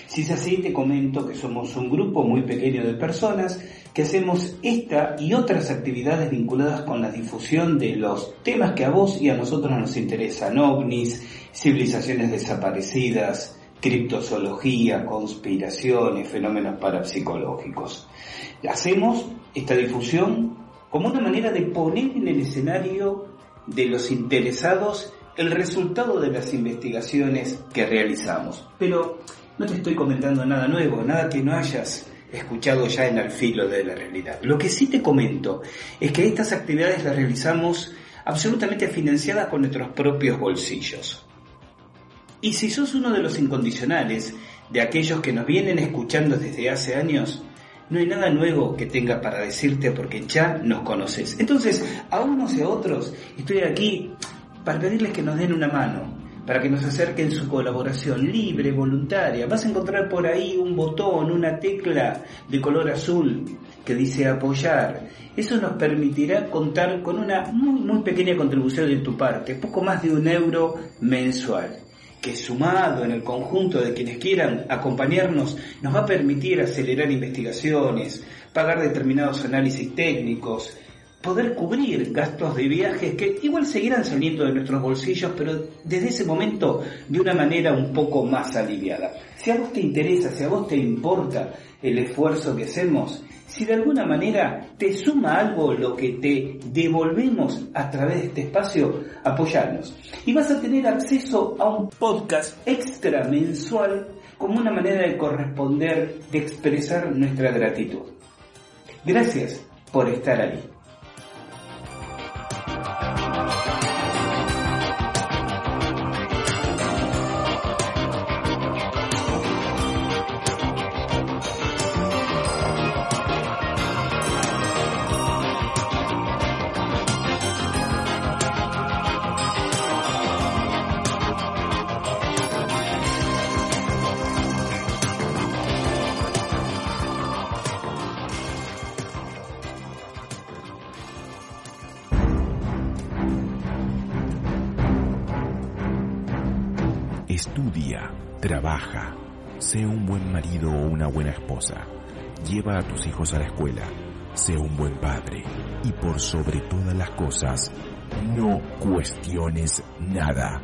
Si es así, te comento que somos un grupo muy pequeño de personas que hacemos esta y otras actividades vinculadas con la difusión de los temas que a vos y a nosotros nos interesan: ovnis, civilizaciones desaparecidas, criptozoología, conspiraciones, fenómenos parapsicológicos. Hacemos esta difusión como una manera de poner en el escenario de los interesados el resultado de las investigaciones que realizamos. Pero no te estoy comentando nada nuevo, nada que no hayas escuchado ya en Al Filo de la Realidad. Lo que sí te comento es que estas actividades las realizamos absolutamente financiadas con nuestros propios bolsillos. Y si sos uno de los incondicionales, de aquellos que nos vienen escuchando desde hace años, no hay nada nuevo que tenga para decirte porque ya nos conoces. Entonces, a unos y a otros, estoy aquí para pedirles que nos den una mano, para que nos acerquen su colaboración libre, voluntaria. Vas a encontrar por ahí un botón, una tecla de color azul que dice apoyar. Eso nos permitirá contar con una muy pequeña contribución de tu parte, poco más de €1 mensual, que sumado en el conjunto de quienes quieran acompañarnos nos va a permitir acelerar investigaciones, pagar determinados análisis técnicos, poder cubrir gastos de viajes que igual seguirán saliendo de nuestros bolsillos, pero desde ese momento de una manera un poco más aliviada. Si a vos te interesa, si a vos te importa el esfuerzo que hacemos, si de alguna manera te suma algo lo que te devolvemos a través de este espacio, apoyanos. Y vas a tener acceso a un podcast extra mensual como una manera de corresponder, de expresar nuestra gratitud. Gracias por estar ahí. Estudia, trabaja, sé un buen marido o una buena esposa, lleva a tus hijos a la escuela, sé un buen padre y por sobre todas las cosas, no cuestiones nada.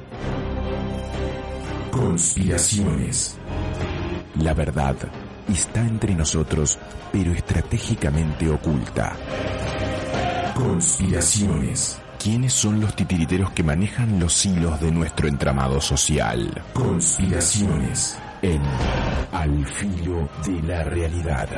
Conspiraciones. La verdad está entre nosotros, pero estratégicamente oculta. Conspiraciones. ¿Quiénes son los titiriteros que manejan los hilos de nuestro entramado social? Conspiraciones en Al Filo de la Realidad.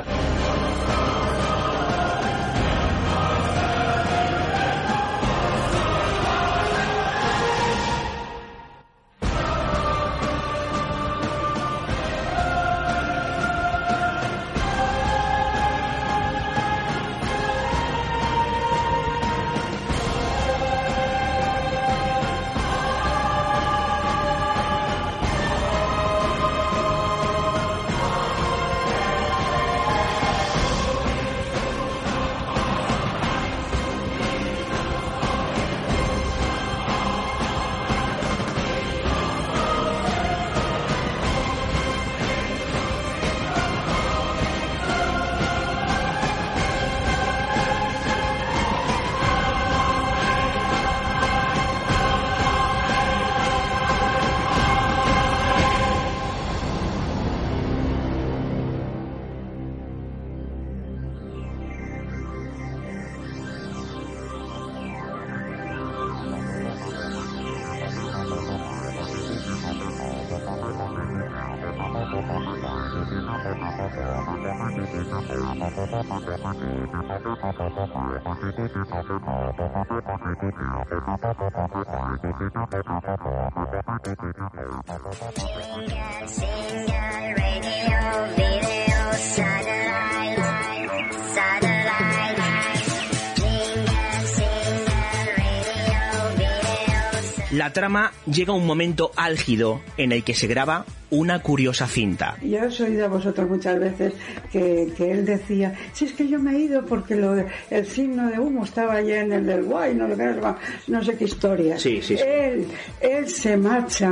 La trama llega a un momento álgido en el que se graba una curiosa cinta. Yo os he oído a vosotros muchas veces que él decía, si es que yo me he ido porque el signo de humo estaba allá en el del Guay, no sé qué historia. Sí. Él se marcha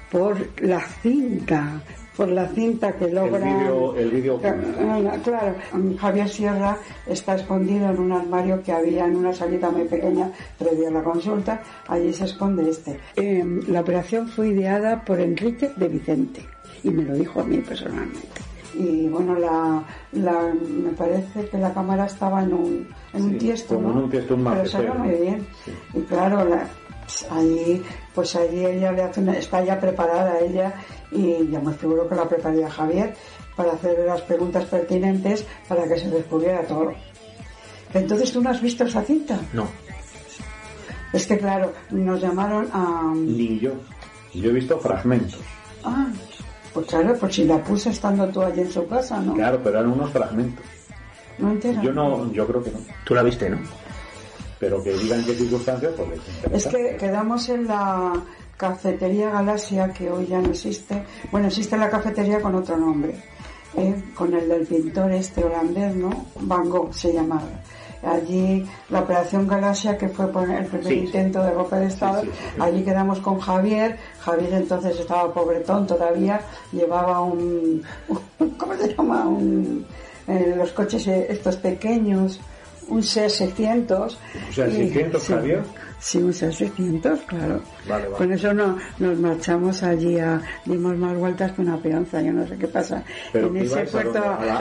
por la cinta que logra... El vídeo. Claro, Javier Sierra está escondido en un armario que había en una salita muy pequeña previa a la consulta. Allí se esconde La operación fue ideada por Enrique de Vicente y me lo dijo a mí personalmente. Y bueno, me parece que la cámara estaba en un tiesto, ¿no? En un tiesto, pero salió muy bien. Sí. Y claro, allí ella está ya preparada ella, y ya me figuro que la prepararía Javier para hacer las preguntas pertinentes para que se descubriera todo. Entonces, ¿tú no has visto esa cinta? No. Es que claro, nos llamaron a... Ni yo. Yo he visto fragmentos. Pues claro, pues si la puse estando tú allí en su casa, ¿no? Claro, pero eran unos fragmentos. No entera. Yo creo que no. Tú la viste, ¿no? Pero que digan qué circunstancias, pues les interesa. Es que quedamos en la cafetería Galaxia, que hoy ya no existe. Bueno, existe la cafetería con otro nombre, con el del pintor holandés, ¿no? Van Gogh se llamaba. Allí la operación Galaxia, que fue por el primer intento de golpe de Estado, allí quedamos con Javier. Javier entonces estaba pobretón todavía, llevaba ¿cómo se llama? Los coches estos pequeños, un C600. ¿Un C600, Javier? Sí, un C600, claro. Vale. Con eso nos marchamos allí, dimos más vueltas que una peonza, yo no sé qué pasa. Pero en ese puerto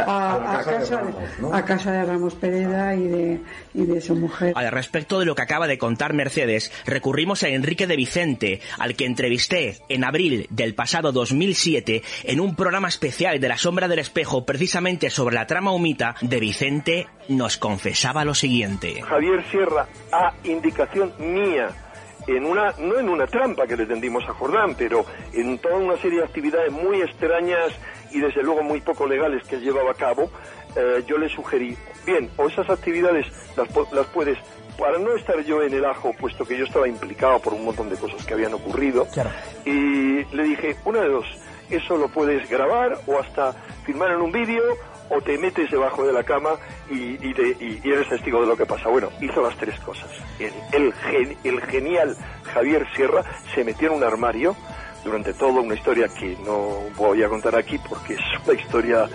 a casa de Ramos Pereda y de su mujer. Al respecto de lo que acaba de contar Mercedes, recurrimos a Enrique de Vicente, al que entrevisté en abril del pasado 2007 en un programa especial de La Sombra del Espejo, precisamente sobre la trama humita. De Vicente nos confesaba lo siguiente. Javier Sierra, a indicación mía, no en una trampa que le tendimos a Jordán, pero en toda una serie de actividades muy extrañas y desde luego muy poco legales que él llevaba a cabo, yo le sugerí, bien, o esas actividades las puedes, para no estar yo en el ajo, puesto que yo estaba implicado por un montón de cosas que habían ocurrido, claro. Y le dije, una de dos, eso lo puedes grabar o hasta filmar en un vídeo, o te metes debajo de la cama y eres testigo de lo que pasa. Bueno, hizo las tres cosas. El genial Javier Sierra se metió en un armario durante toda una historia que no voy a contar aquí porque es una historia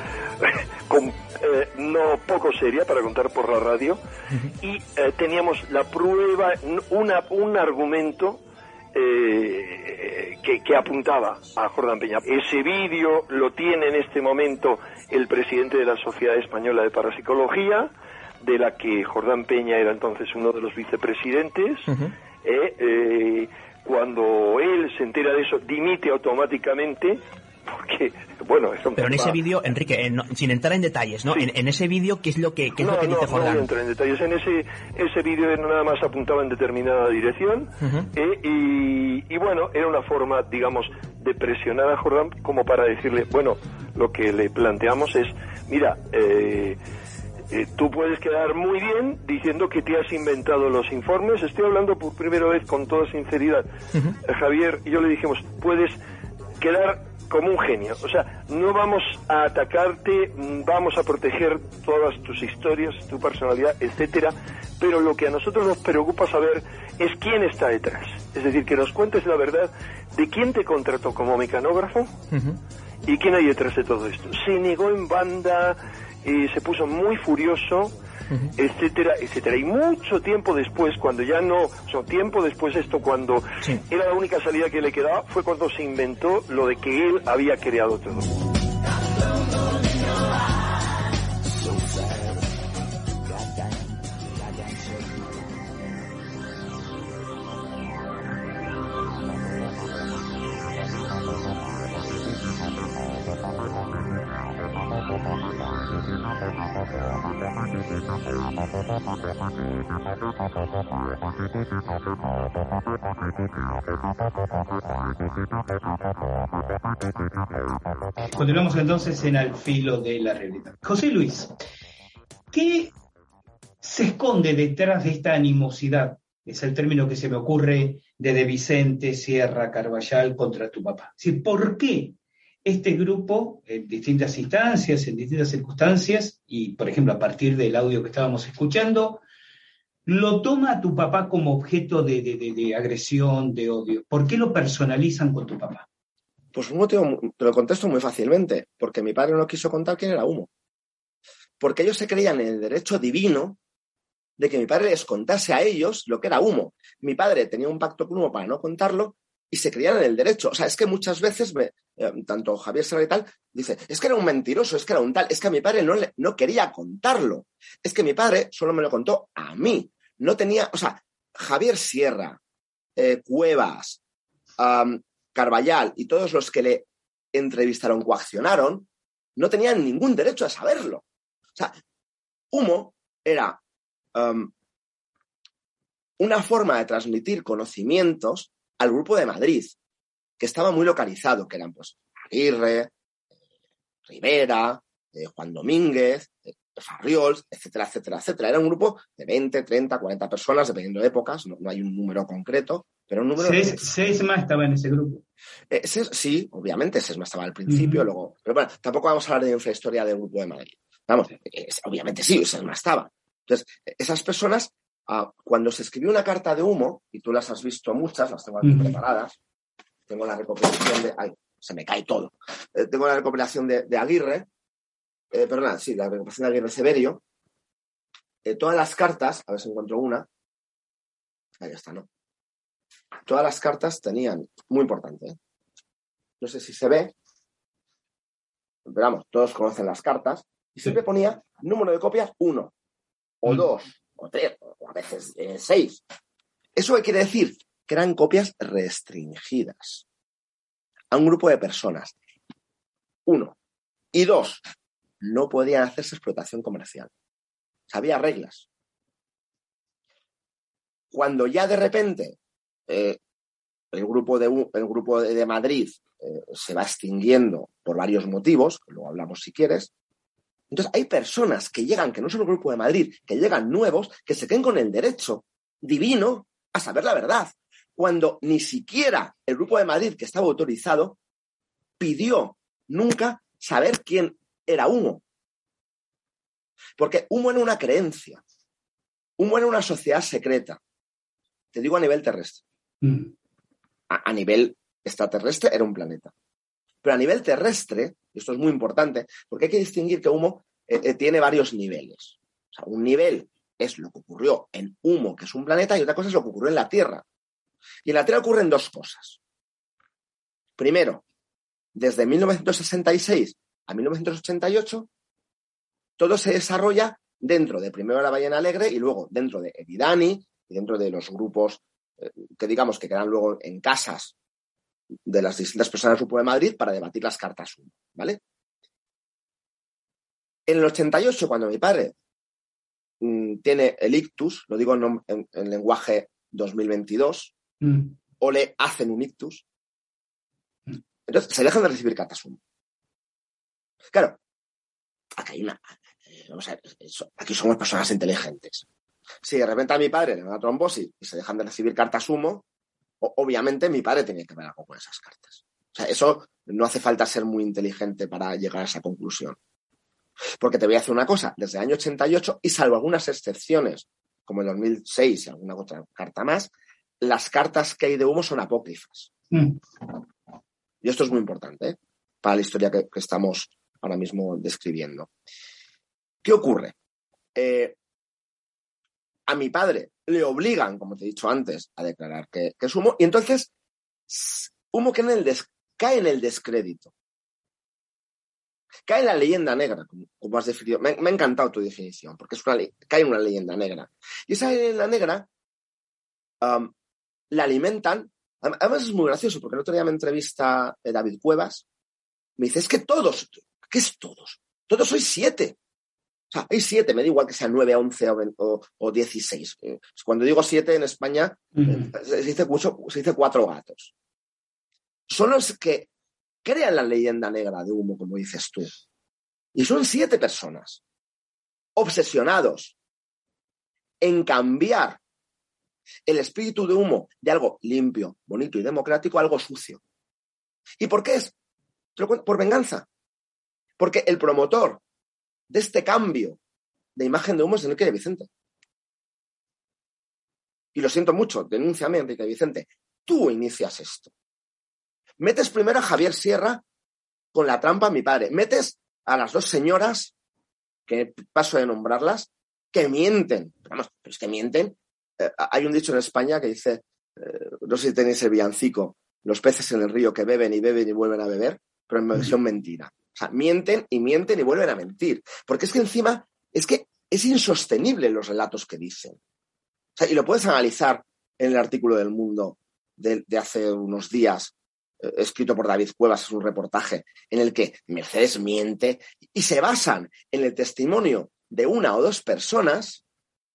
no poco seria para contar por la radio. Y teníamos la prueba, un argumento que apuntaba a Jordán Peña. Ese vídeo lo tiene en este momento el presidente de la Sociedad Española de Parapsicología, de la que Jordán Peña era entonces uno de los vicepresidentes. Cuando él se entera de eso, dimite automáticamente, porque, bueno... Pero en ese vídeo, Enrique, sin entrar en detalles, ¿no? Sí. En ese vídeo, ¿qué es lo que dice Jordán? No voy a entrar en detalles. En ese vídeo nada más apuntaba en determinada dirección, y bueno, era una forma, digamos, de presionar a Jordán como para decirle, bueno, lo que le planteamos es, mira, tú puedes quedar muy bien diciendo que te has inventado los informes. Estoy hablando por primera vez con toda sinceridad. Javier y yo le dijimos, puedes quedar como un genio, o sea, no vamos a atacarte, vamos a proteger todas tus historias, tu personalidad, etcétera, pero lo que a nosotros nos preocupa saber es quién está detrás, es decir, que nos cuentes la verdad de quién te contrató como mecanógrafo y quién hay detrás de todo esto. Se negó en banda, se puso muy furioso, etcétera, etcétera. Y mucho tiempo después, cuando ya no, tiempo después esto, cuando era la única salida que le quedaba, fue cuando se inventó lo de que él había creado todo. Continuamos entonces en Al Filo de la Realidad. José Luis, ¿qué se esconde detrás de esta animosidad? Es el término que se me ocurre de Vicente Sierra Carballal contra tu papá. ¿Sí? ¿Por qué este grupo, en distintas instancias, en distintas circunstancias, y por ejemplo a partir del audio que estábamos escuchando, lo toma a tu papá como objeto de agresión, de odio? ¿Por qué lo personalizan con tu papá? Pues un motivo, te lo contesto muy fácilmente, porque mi padre no quiso contar quién era Humo. Porque ellos se creían en el derecho divino de que mi padre les contase a ellos lo que era Humo. Mi padre tenía un pacto con Humo para no contarlo y se creían en el derecho. O sea, es que muchas veces, tanto Javier Serra y tal, dice, es que era un mentiroso, es que era un tal, es que a mi padre no quería contarlo. Es que mi padre solo me lo contó a mí. No tenía, o sea, Javier Sierra, Cuevas, Carballal y todos los que le entrevistaron, coaccionaron, no tenían ningún derecho a saberlo. O sea, Humo era una forma de transmitir conocimientos al Grupo de Madrid, que estaba muy localizado, que eran pues Aguirre, Rivera, Juan Domínguez, Farriols, etcétera, etcétera, etcétera. Era un grupo de 20, 30, 40 personas, dependiendo de épocas, no hay un número concreto, pero un número... Sesma estaba en ese grupo. Sí, obviamente, Sesma estaba al principio, luego... Pero bueno, tampoco vamos a hablar de infrahistoria del Grupo de Madrid. Vamos, obviamente sí, Sesma estaba. Entonces, esas personas, cuando se escribió una carta de Humo, y tú las has visto muchas, las tengo aquí preparadas, tengo la recopilación de... Ay, se me cae todo. Tengo la recopilación de Aguirre, la recopilación de Aguirre Severio. Todas las cartas, a ver si encuentro una. Ahí está, ¿no? Todas las cartas tenían, muy importante, no sé si se ve, pero vamos, todos conocen las cartas, y siempre ponía número de copias 1, o 2, o 3, o a veces 6. ¿Eso qué quiere decir? Que eran copias restringidas a un grupo de personas. 1. Y 2, no podían hacerse explotación comercial. O sea, había reglas. Cuando ya de repente el grupo de Madrid se va extinguiendo por varios motivos, que luego hablamos si quieres. Entonces hay personas que llegan, que no son el Grupo de Madrid, que llegan nuevos, que se queden con el derecho divino a saber la verdad, cuando ni siquiera el Grupo de Madrid, que estaba autorizado, pidió nunca saber quién era Humo. Porque Humo era una creencia, Humo era una sociedad secreta. Te digo a nivel terrestre. A nivel extraterrestre era un planeta. Pero a nivel terrestre, y esto es muy importante, porque hay que distinguir que Humo tiene varios niveles. O sea, un nivel es lo que ocurrió en Humo, que es un planeta, y otra cosa es lo que ocurrió en la Tierra. Y en la Tierra ocurren dos cosas. Primero, desde 1966 a 1988, todo se desarrolla dentro de primero la Ballena Alegre y luego dentro de Eridani y dentro de los grupos que digamos que quedan luego en casas de las distintas personas del Grupo de Madrid para debatir las cartas 1, ¿vale? En el 88, cuando mi padre tiene el ictus, lo digo en lenguaje 2022, o le hacen un ictus, entonces se dejan de recibir cartas 1. Claro, aquí somos personas inteligentes. Si de repente a mi padre le da una trombosis y se dejan de recibir cartas Humo, obviamente mi padre tenía que ver algo con esas cartas. O sea, eso no hace falta ser muy inteligente para llegar a esa conclusión. Porque te voy a decir una cosa, desde el año 88, y salvo algunas excepciones, como el 2006 y alguna otra carta más, las cartas que hay de Humo son apócrifas. Y esto es muy importante, para la historia que estamos ahora mismo describiendo. ¿Qué ocurre? A mi padre le obligan, como te he dicho antes, a declarar que es Humo, y entonces Humo cae en el descrédito. Cae en la leyenda negra, como has definido. Me ha encantado tu definición, porque cae en una leyenda negra. Y esa leyenda negra la alimentan. Además es muy gracioso, porque el otro día me entrevista David Cuevas. Me dice, es que todos, ¿qué es todos? Todos sois 7. O sea, hay 7, me da igual que sean 9, 11 o 16. Cuando digo 7 en España, se dice 4 gatos. Son los que crean la leyenda negra de Humo, como dices tú. Y son 7 personas obsesionados en cambiar el espíritu de Humo de algo limpio, bonito y democrático a algo sucio. ¿Y por qué es? Te lo cuento, por venganza. Porque el promotor de este cambio de imagen de Humo es Enrique de Vicente. Y lo siento mucho, denúnciame, Enrique de Vicente. Tú inicias esto. Metes primero a Javier Sierra con la trampa a mi padre. Metes a las dos señoras, que paso de nombrarlas, que mienten. Vamos, pero es que mienten. Hay un dicho en España que dice, no sé si tenéis el villancico, los peces en el río que beben y vuelven a beber, pero en versión mentira. O sea, mienten y vuelven a mentir. Porque es que encima, es que es insostenible los relatos que dicen. O sea, y lo puedes analizar en el artículo del Mundo de hace unos días, escrito por David Cuevas, es un reportaje en el que Mercedes miente y se basan en el testimonio de una o dos personas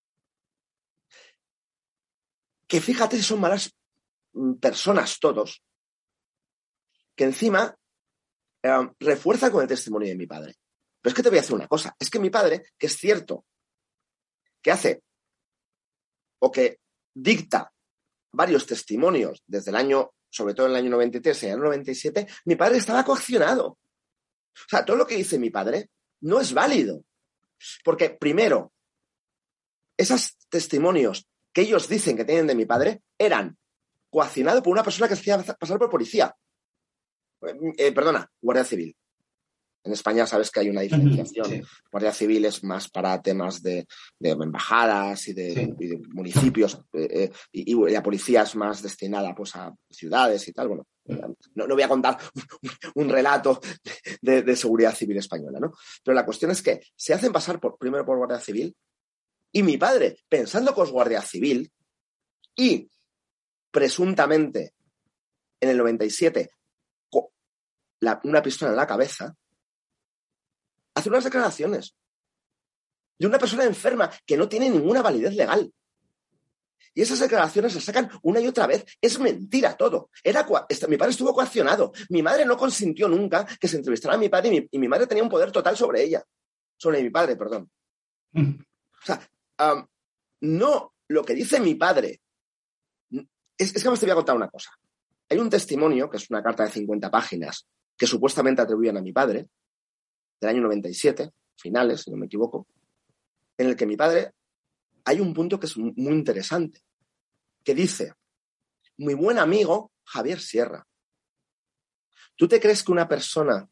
que, fíjate si son malas personas todos, que encima refuerza con el testimonio de mi padre. Pero es que te voy a decir una cosa, es que mi padre, que es cierto, que hace o que dicta varios testimonios desde el año, sobre todo en el año 93 y en el año 97, mi padre estaba coaccionado. O sea, todo lo que dice mi padre no es válido. Porque, primero, esos testimonios que ellos dicen que tienen de mi padre eran coaccionados por una persona que se hacía pasar por policía. Guardia Civil. En España sabes que hay una diferenciación. Sí. Guardia Civil es más para temas de embajadas y de municipios, y la policía es más destinada pues a ciudades y tal. Bueno, no voy a contar un relato de seguridad civil española, ¿no? Pero la cuestión es que se hacen pasar primero por Guardia Civil, y mi padre, pensando que es Guardia Civil, y presuntamente en el 97 una pistola en la cabeza, hace unas declaraciones de una persona enferma que no tiene ninguna validez legal. Y esas declaraciones se sacan una y otra vez. Es mentira todo. Mi padre estuvo coaccionado. Mi madre no consintió nunca que se entrevistara a mi padre y mi madre tenía un poder total sobre ella. Sobre mi padre, perdón. O sea, no, lo que dice mi padre... Es que te voy a contar una cosa. Hay un testimonio, que es una carta de 50 páginas, que supuestamente atribuyen a mi padre, del año 97, finales, si no me equivoco, en el que mi padre, hay un punto que es muy interesante, que dice, mi buen amigo Javier Sierra, ¿tú te crees que una persona...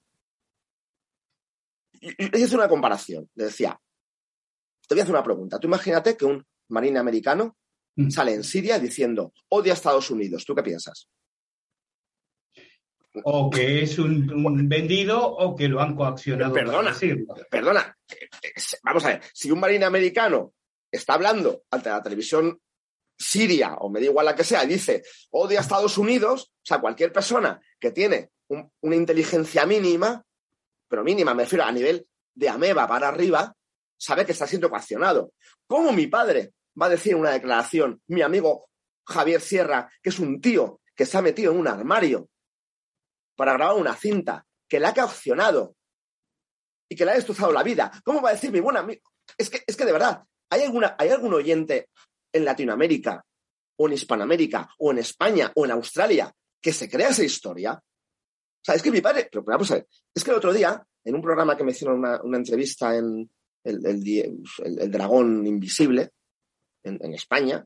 Le hice una comparación, le decía, te voy a hacer una pregunta, tú imagínate que un marine americano sale en Siria diciendo, odia a Estados Unidos, ¿tú qué piensas? O que es un vendido o que lo han coaccionado. Perdona. Vamos a ver, si un marine americano está hablando ante la televisión siria, o me da igual la que sea, y dice, odia a Estados Unidos, o sea, cualquier persona que tiene una inteligencia mínima, pero mínima, me refiero a nivel de ameba para arriba, sabe que está siendo coaccionado. ¿Cómo mi padre va a decir en una declaración, mi amigo Javier Sierra, que es un tío que se ha metido en un armario para grabar una cinta, que le ha coaccionado y que le ha destrozado la vida? ¿Cómo va a decir mi buen amigo? Es que de verdad, ¿hay algún oyente en Latinoamérica, o en Hispanoamérica, o en España, o en Australia, que se crea esa historia? O sea, es que mi padre... Pero vamos a ver, es que el otro día, en un programa que me hicieron una entrevista en el Dragón Invisible, en España,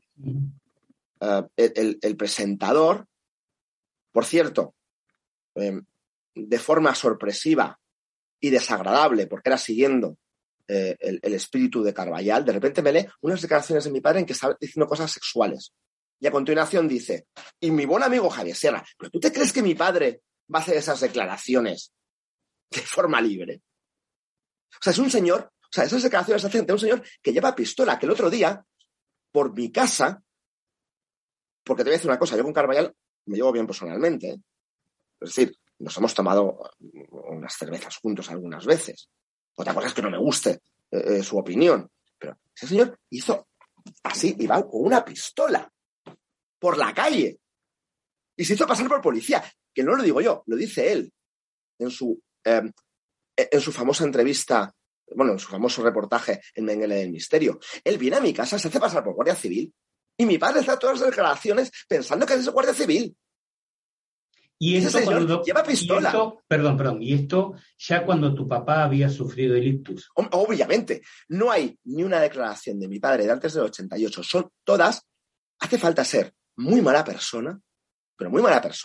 el presentador, por cierto, de forma sorpresiva y desagradable, porque era siguiendo el espíritu de Carballal, de repente me lee unas declaraciones de mi padre en que está diciendo cosas sexuales. Y a continuación dice, y mi buen amigo Javier Sierra, ¿pero tú te crees que mi padre va a hacer esas declaraciones de forma libre? O sea, es un señor, o sea, esas declaraciones se hacen de un señor que lleva pistola, que el otro día, por mi casa, porque te voy a decir una cosa, yo con Carballal me llevo bien personalmente, ¿eh? Es decir, nos hemos tomado unas cervezas juntos algunas veces. Otra cosa es que no me guste su opinión. Pero ese señor hizo así, iba con una pistola por la calle y se hizo pasar por policía. Que no lo digo yo, lo dice él en su famosa entrevista, bueno, en su famoso reportaje en Mengele del Misterio. Él viene a mi casa, se hace pasar por Guardia Civil y mi padre hace todas las declaraciones pensando que es Guardia Civil. Y esto lleva pistola. Y esto ya cuando tu papá había sufrido el ictus. Obviamente, no hay ni una declaración de mi padre de antes del 88. Son todas, hace falta ser muy mala persona, pero muy mala persona,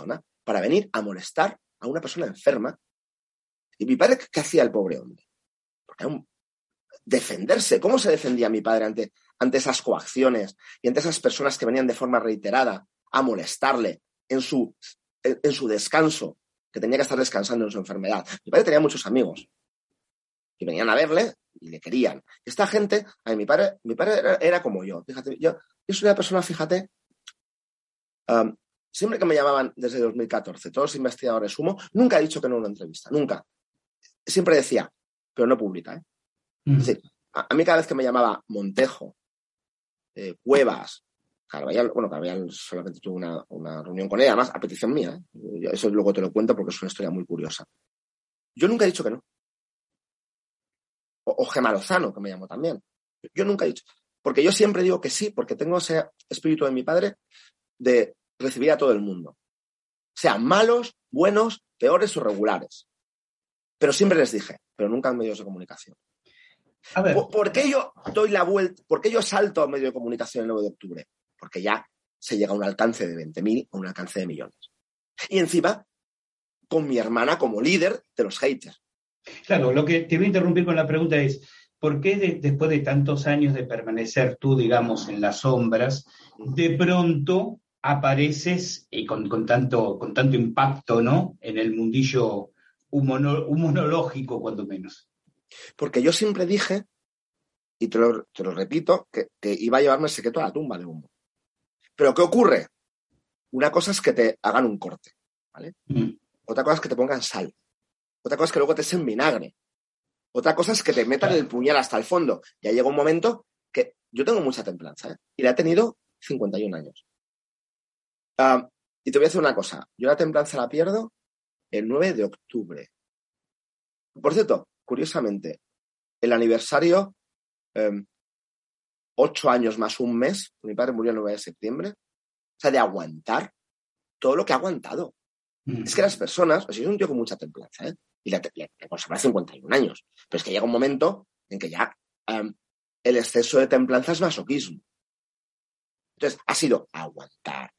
para venir a molestar a una persona enferma. Y mi padre, ¿qué hacía el pobre hombre? Porque defenderse. ¿Cómo se defendía mi padre ante esas coacciones y ante esas personas que venían de forma reiterada a molestarle en su descanso, que tenía que estar descansando en su enfermedad? Mi padre tenía muchos amigos y venían a verle y le querían. Esta gente, mi padre era como yo. Fíjate, yo soy una persona, fíjate, siempre que me llamaban desde 2014, todos los investigadores sumo, nunca he dicho que no en una entrevista, nunca. Siempre decía, pero no pública, ¿eh? Es decir, a mí cada vez que me llamaba Montejo, Cuevas, Carvallal solamente tuve una reunión con ella, además a petición mía, ¿eh? Eso luego te lo cuento porque es una historia muy curiosa. Yo nunca he dicho que no. O Gemma Lozano, que me llamó también. Yo nunca he dicho, porque yo siempre digo que sí, porque tengo ese espíritu de mi padre de recibir a todo el mundo, sean malos, buenos, peores o regulares. Pero siempre les dije, pero nunca en medios de comunicación. A ver. ¿Por qué yo doy la vuelta? ¿Por qué yo salto a medio de comunicación el 9 de octubre? Porque ya se llega a un alcance de 20.000, a un alcance de millones. Y encima, con mi hermana como líder de los haters. Claro, lo que te voy a interrumpir con la pregunta es, ¿por qué después de tantos años de permanecer tú, digamos, en las sombras, de pronto apareces y con tanto impacto, ¿no?, en el mundillo humanológico, cuando menos? Porque yo siempre dije, y te lo repito, que iba a llevarme el secreto a la tumba de humo. Pero ¿qué ocurre? Una cosa es que te hagan un corte, ¿vale? Otra cosa es que te pongan sal. Otra cosa es que luego te echen vinagre. Otra cosa es que te metan el puñal hasta el fondo. Ya llega un momento que yo tengo mucha templanza, ¿eh? Y la he tenido 51 años. Y te voy a decir una cosa. Yo la templanza la pierdo el 9 de octubre. Por cierto, curiosamente, el aniversario, 8 años más un mes, mi padre murió el 9 de septiembre, o sea, de aguantar todo lo que ha aguantado. Es que las personas, o sea, yo soy un tío con mucha templanza, ¿eh? Y le conserva 51 años, pero es que llega un momento en que ya el exceso de templanza es masoquismo. Entonces, ha sido aguantar,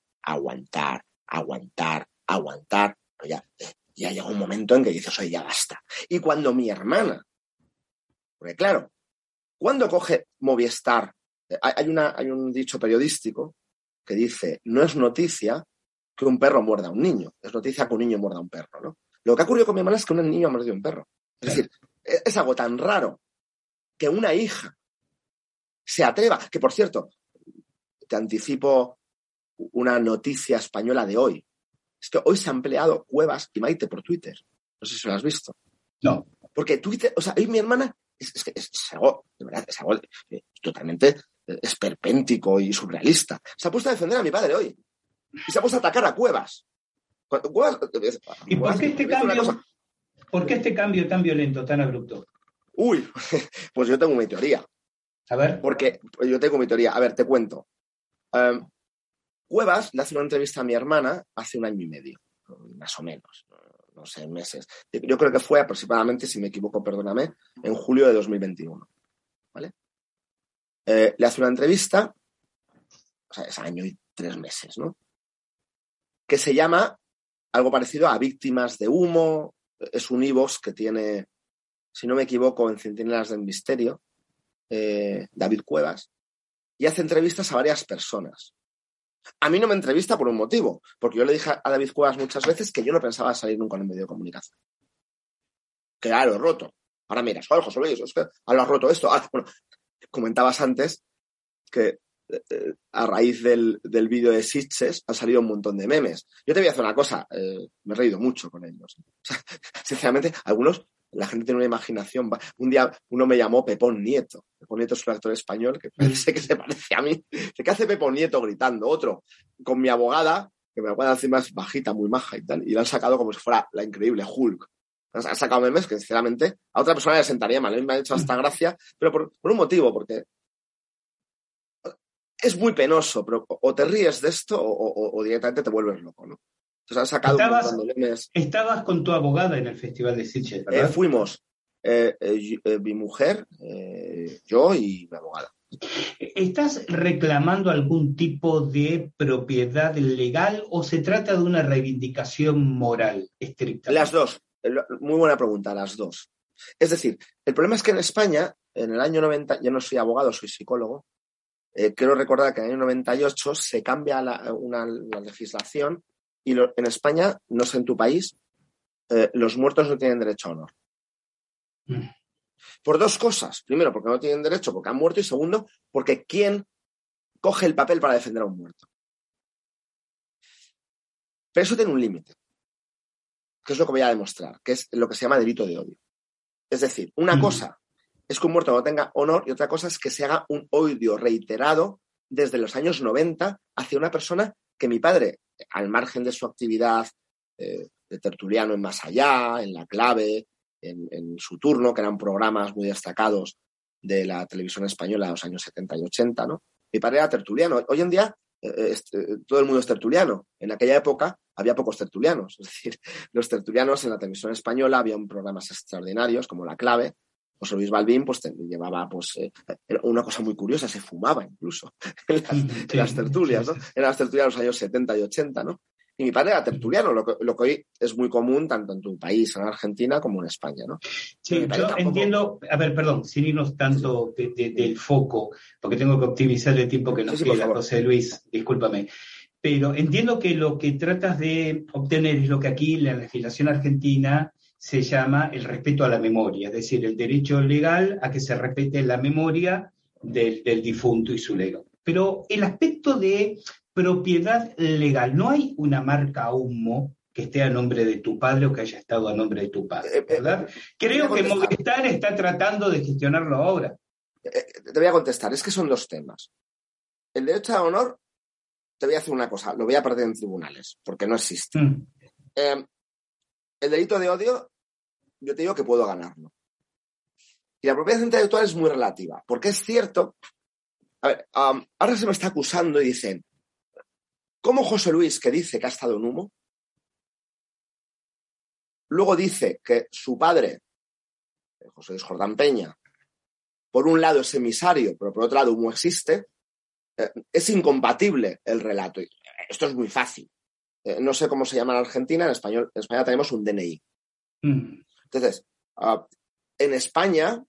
pero ya llega un momento en que dices, oye, ya basta. Y cuando mi hermana, porque claro, cuando coge Movistar, hay un dicho periodístico que dice, no es noticia que un perro muerda a un niño, es noticia que un niño muerda a un perro, ¿no? Lo que ha ocurrido con mi hermana es que un niño ha mordido a un perro. Es decir, es algo tan raro que una hija se atreva, que por cierto, te anticipo una noticia española de hoy. Es que hoy se han peleado Cuevas y Maite por Twitter. No sé si lo has visto. No. Porque Twitter, o sea, hoy mi hermana es algo, de verdad, es algo totalmente esperpéntico y surrealista. Se ha puesto a defender a mi padre hoy. Y se ha puesto a atacar a Cuevas. ¿Y por qué este cambio tan violento, tan abrupto? Uy, pues yo tengo mi teoría. A ver. Porque yo tengo mi teoría. A ver, te cuento. Cuevas le hace una entrevista a mi hermana hace 1 año y medio, más o menos, no sé, meses. Yo creo que fue aproximadamente, si me equivoco, perdóname, en julio de 2021. ¿Vale? Le hace una entrevista, o sea, es 1 año y 3 meses, ¿no? Que se llama algo parecido a Víctimas de Humo. Es un iVoox que tiene, si no me equivoco, en Centinelas del Misterio, David Cuevas, y hace entrevistas a varias personas. A mí no me entrevista por un motivo, porque yo le dije a David Cuevas muchas veces que yo no pensaba salir nunca en el medio de comunicación. Que ya lo he roto. Ahora miras, oye, José Luis, es que ahora has roto esto. Bueno, comentabas antes que a raíz del vídeo de Sitges han salido un montón de memes. Yo te voy a hacer una cosa, me he reído mucho con ellos. O sea, sinceramente, algunos, la gente tiene una imaginación. Un día uno me llamó Pepón Nieto. Pepón Nieto es un actor español que parece que se parece a mí. ¿Qué hace Pepón Nieto gritando? Otro, con mi abogada, que mi abogada encima es bajita, muy maja y tal, y lo han sacado como si fuera la increíble Hulk. Han sacado memes que, sinceramente, a otra persona le sentaría mal. A mí me ha hecho hasta gracia, pero por un motivo, porque es muy penoso, pero o te ríes de esto o directamente te vuelves loco, ¿no? Entonces han sacado un montón de memes. Estabas con tu abogada en el Festival de Sitges, ¿verdad? Fuimos mi mujer, yo y mi abogada. ¿Estás reclamando algún tipo de propiedad legal o se trata de una reivindicación moral estricta? Las dos. Muy buena pregunta, las dos. Es decir, el problema es que en España, en el año 90, yo no soy abogado, soy psicólogo, quiero recordar que en el año 98 se cambia la legislación y en España, no sé en tu país, los muertos no tienen derecho a honor. Por dos cosas. Primero, porque no tienen derecho, porque han muerto. Y segundo, porque ¿quién coge el papel para defender a un muerto? Pero eso tiene un límite, que es lo que voy a demostrar, que es lo que se llama delito de odio. Es decir, una cosa es que un muerto no tenga honor y otra cosa es que se haga un odio reiterado desde los años 90 hacia una persona que mi padre, al margen de su actividad de tertuliano en Más Allá, en La Clave, en Su Turno, que eran programas muy destacados de la televisión española de los años 70 y 80, ¿no? Mi padre era tertuliano. Hoy en día todo el mundo es tertuliano. En aquella época había pocos tertulianos. Es decir, los tertulianos en la televisión española había programas extraordinarios como La Clave. José Luis Balbín pues llevaba era una cosa muy curiosa, se fumaba incluso en las tertulias, ¿no? En las tertulias de los años 70 y 80, ¿no? Y mi padre era tertuliano, lo que hoy es muy común tanto en tu país, en Argentina, como en España, ¿no? Sí, yo entiendo, a ver, perdón, sin irnos tanto del foco, porque tengo que optimizar el tiempo que nos queda, José Luis, discúlpame. Pero entiendo que lo que tratas de obtener es lo que aquí en la legislación argentina se llama el respeto a la memoria, es decir, el derecho legal a que se respete la memoria del difunto y su legado. Pero el aspecto de propiedad legal, ¿no hay una marca humo que esté a nombre de tu padre o que haya estado a nombre de tu padre, ¿verdad? Creo que Movistar está tratando de gestionarlo ahora. Te voy a contestar, es que son dos temas. El derecho a honor, te voy a hacer una cosa, lo voy a perder en tribunales, porque no existe. El delito de odio, yo te digo que puedo ganarlo. Y la propiedad intelectual es muy relativa, porque es cierto. A ver, ahora se me está acusando y dicen, ¿cómo José Luis, que dice que ha estado en Humo, luego dice que su padre, José Luis Jordán Peña, por un lado es emisario, pero por otro lado Humo existe? Es incompatible el relato. Esto es muy fácil. No sé cómo se llama en Argentina, en España tenemos un DNI. Entonces, en España,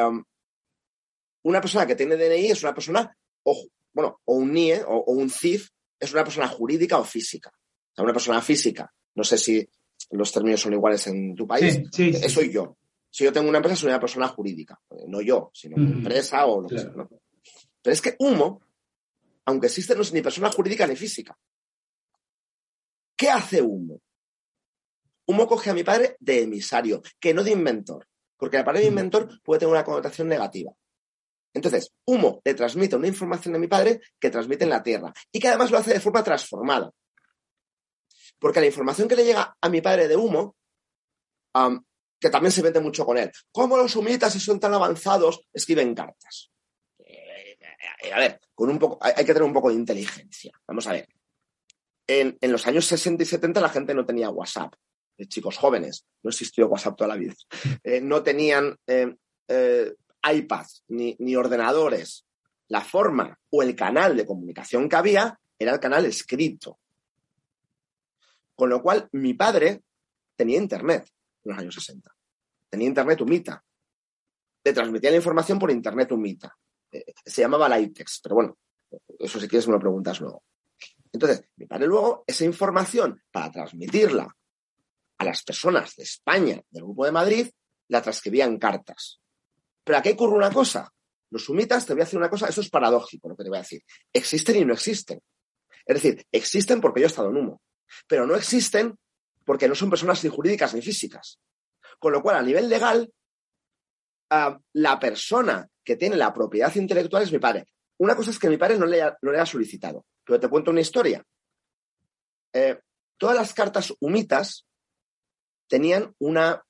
una persona que tiene DNI es una persona, o un NIE, o un CIF, es una persona jurídica o física. O sea, una persona física, no sé si los términos son iguales en tu país, sí. Soy yo. Si yo tengo una empresa, soy una persona jurídica. No yo, sino una empresa o lo que sea, ¿no? Pero es que Humo, aunque existe, no es ni persona jurídica ni física. ¿Qué hace Humo? Humo coge a mi padre de emisario, que no de inventor, porque la palabra inventor puede tener una connotación negativa. Entonces, Humo le transmite una información a mi padre que transmite en la Tierra y que además lo hace de forma transformada. Porque la información que le llega a mi padre de Humo, que también se mete mucho con él, ¿cómo los humitas, si son tan avanzados, escriben cartas? A ver, hay que tener un poco de inteligencia. Vamos a ver. En los años 60 y 70 la gente no tenía WhatsApp. Chicos jóvenes, no existió WhatsApp toda la vida. No tenían iPads ni ordenadores. La forma o el canal de comunicación que había era el canal escrito. Con lo cual, mi padre tenía internet en los años 60. Tenía internet humita. Le transmitía la información por internet humita. Se llamaba Laitex, pero bueno, eso si quieres me lo preguntas luego. Entonces, mi padre luego, esa información, para transmitirla a las personas de España, del Grupo de Madrid, la transcribía en cartas. Pero aquí ocurre una cosa. Los humitas, te voy a decir una cosa, eso es paradójico lo que te voy a decir. Existen y no existen. Es decir, existen porque yo he estado en Humo, pero no existen porque no son personas ni jurídicas ni físicas. Con lo cual, a nivel legal, la persona que tiene la propiedad intelectual es mi padre. Una cosa es que mi padre no le ha solicitado. Pero te cuento una historia. Todas las cartas humitas tenían una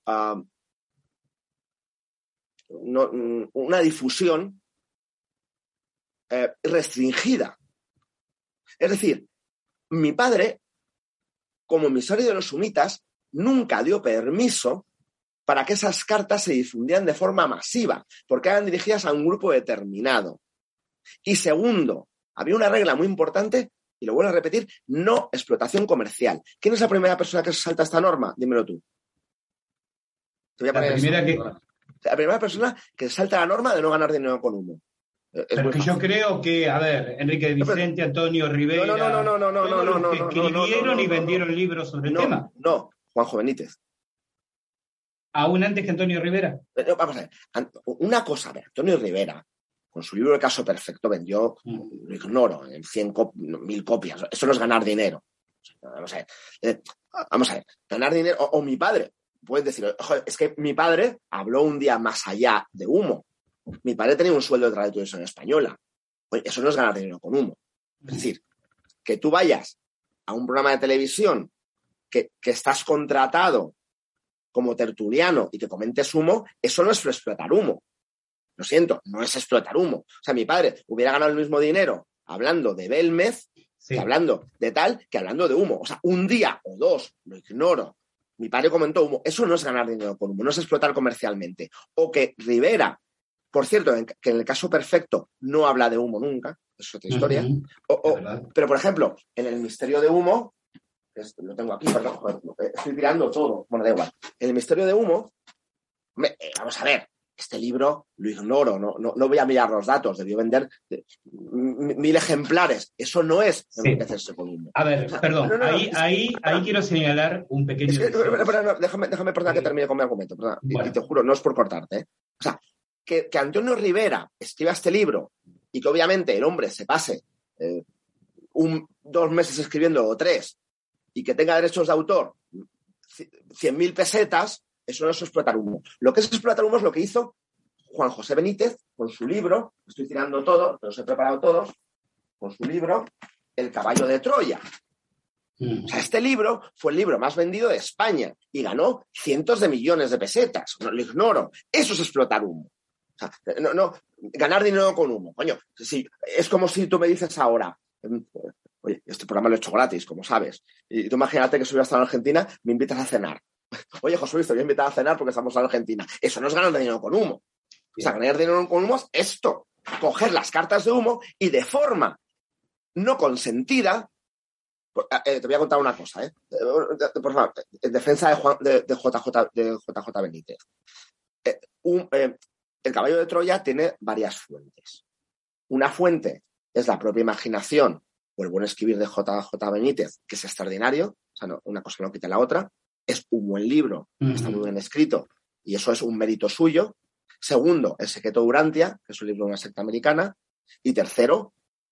difusión restringida. Es decir, mi padre, como emisario de los humitas, nunca dio permiso para que esas cartas se difundieran de forma masiva, porque eran dirigidas a un grupo determinado. Y segundo, había una regla muy importante, y lo vuelvo a repetir, no explotación comercial. ¿Quién es la primera persona que se salta esta norma? Dímelo tú. Te voy a poner la primera persona que salta la norma de no ganar dinero con humo. Pero que yo creo que, a ver, Enrique de Vicente, Antonio Rivera, todos los que escribieron y vendieron libros sobre el tema. No, Juanjo Benítez. ¿Aún antes que Antonio Rivera? Vamos a ver, una cosa, a ver, Antonio Rivera, con su libro El caso perfecto, vendió, lo ignoro, en 100.000 copias. Eso no es ganar dinero. Vamos a ver, ganar dinero, o mi padre, puedes decir, joder, es que mi padre habló un día más allá de humo. Mi padre tenía un sueldo de traducción española. Oye, eso no es ganar dinero con humo. Es decir, que tú vayas a un programa de televisión que estás contratado como tertuliano y que comentes humo, eso no es explotar humo. Lo siento, no es explotar humo. O sea, mi padre hubiera ganado el mismo dinero hablando de Belmez, que hablando de tal, que hablando de humo. O sea, un día o dos, lo ignoro. Mi padre comentó humo. Eso no es ganar dinero con humo, no es explotar comercialmente. O que Rivera, por cierto, que en el caso perfecto no habla de humo nunca, es otra historia. Pero, por ejemplo, en el misterio de humo, lo tengo aquí, perdón, joder, estoy tirando todo. Bueno, da igual. En el misterio de humo, vamos a ver, este libro lo ignoro, no voy a mirar los datos, debió vender 1.000 ejemplares. Eso no es enriquecerse con humo. A ver, perdón, ahí quiero señalar un pequeño... Déjame que termine con mi argumento, perdón, bueno. Y te juro, no es por cortarte, ¿eh? O sea, que Antonio Rivera escriba este libro y que obviamente el hombre se pase 2 meses escribiendo o 3 y que tenga derechos de autor 100.000 pesetas, eso no es explotar humo. Lo que es explotar humo es lo que hizo Juan José Benítez con su libro, estoy tirando todo, los he preparado todos, con su libro El caballo de Troya. O sea, este libro fue el libro más vendido de España y ganó cientos de millones de pesetas. No lo ignoro. Eso es explotar humo. O sea, ganar dinero con humo. Coño, sí, es como si tú me dices ahora, oye, este programa lo he hecho gratis, como sabes. Y tú imagínate que si hubiera estado en Argentina, me invitas a cenar. Oye, José Luis, te voy a invitar a cenar porque estamos en Argentina. Eso no es ganar dinero con humo. O sea, ganar dinero con humo es esto. Coger las cartas de humo y de forma no consentida... te voy a contar una cosa, ¿eh? Por favor, en defensa de JJ Benítez. El caballo de Troya tiene varias fuentes. Una fuente es la propia imaginación o el buen escribir de JJ Benítez, que es extraordinario. O sea, una cosa no quita la otra. Es un buen libro, está muy bien escrito, y eso es un mérito suyo. Segundo, El secreto de Urantia, que es un libro de una secta americana. Y tercero,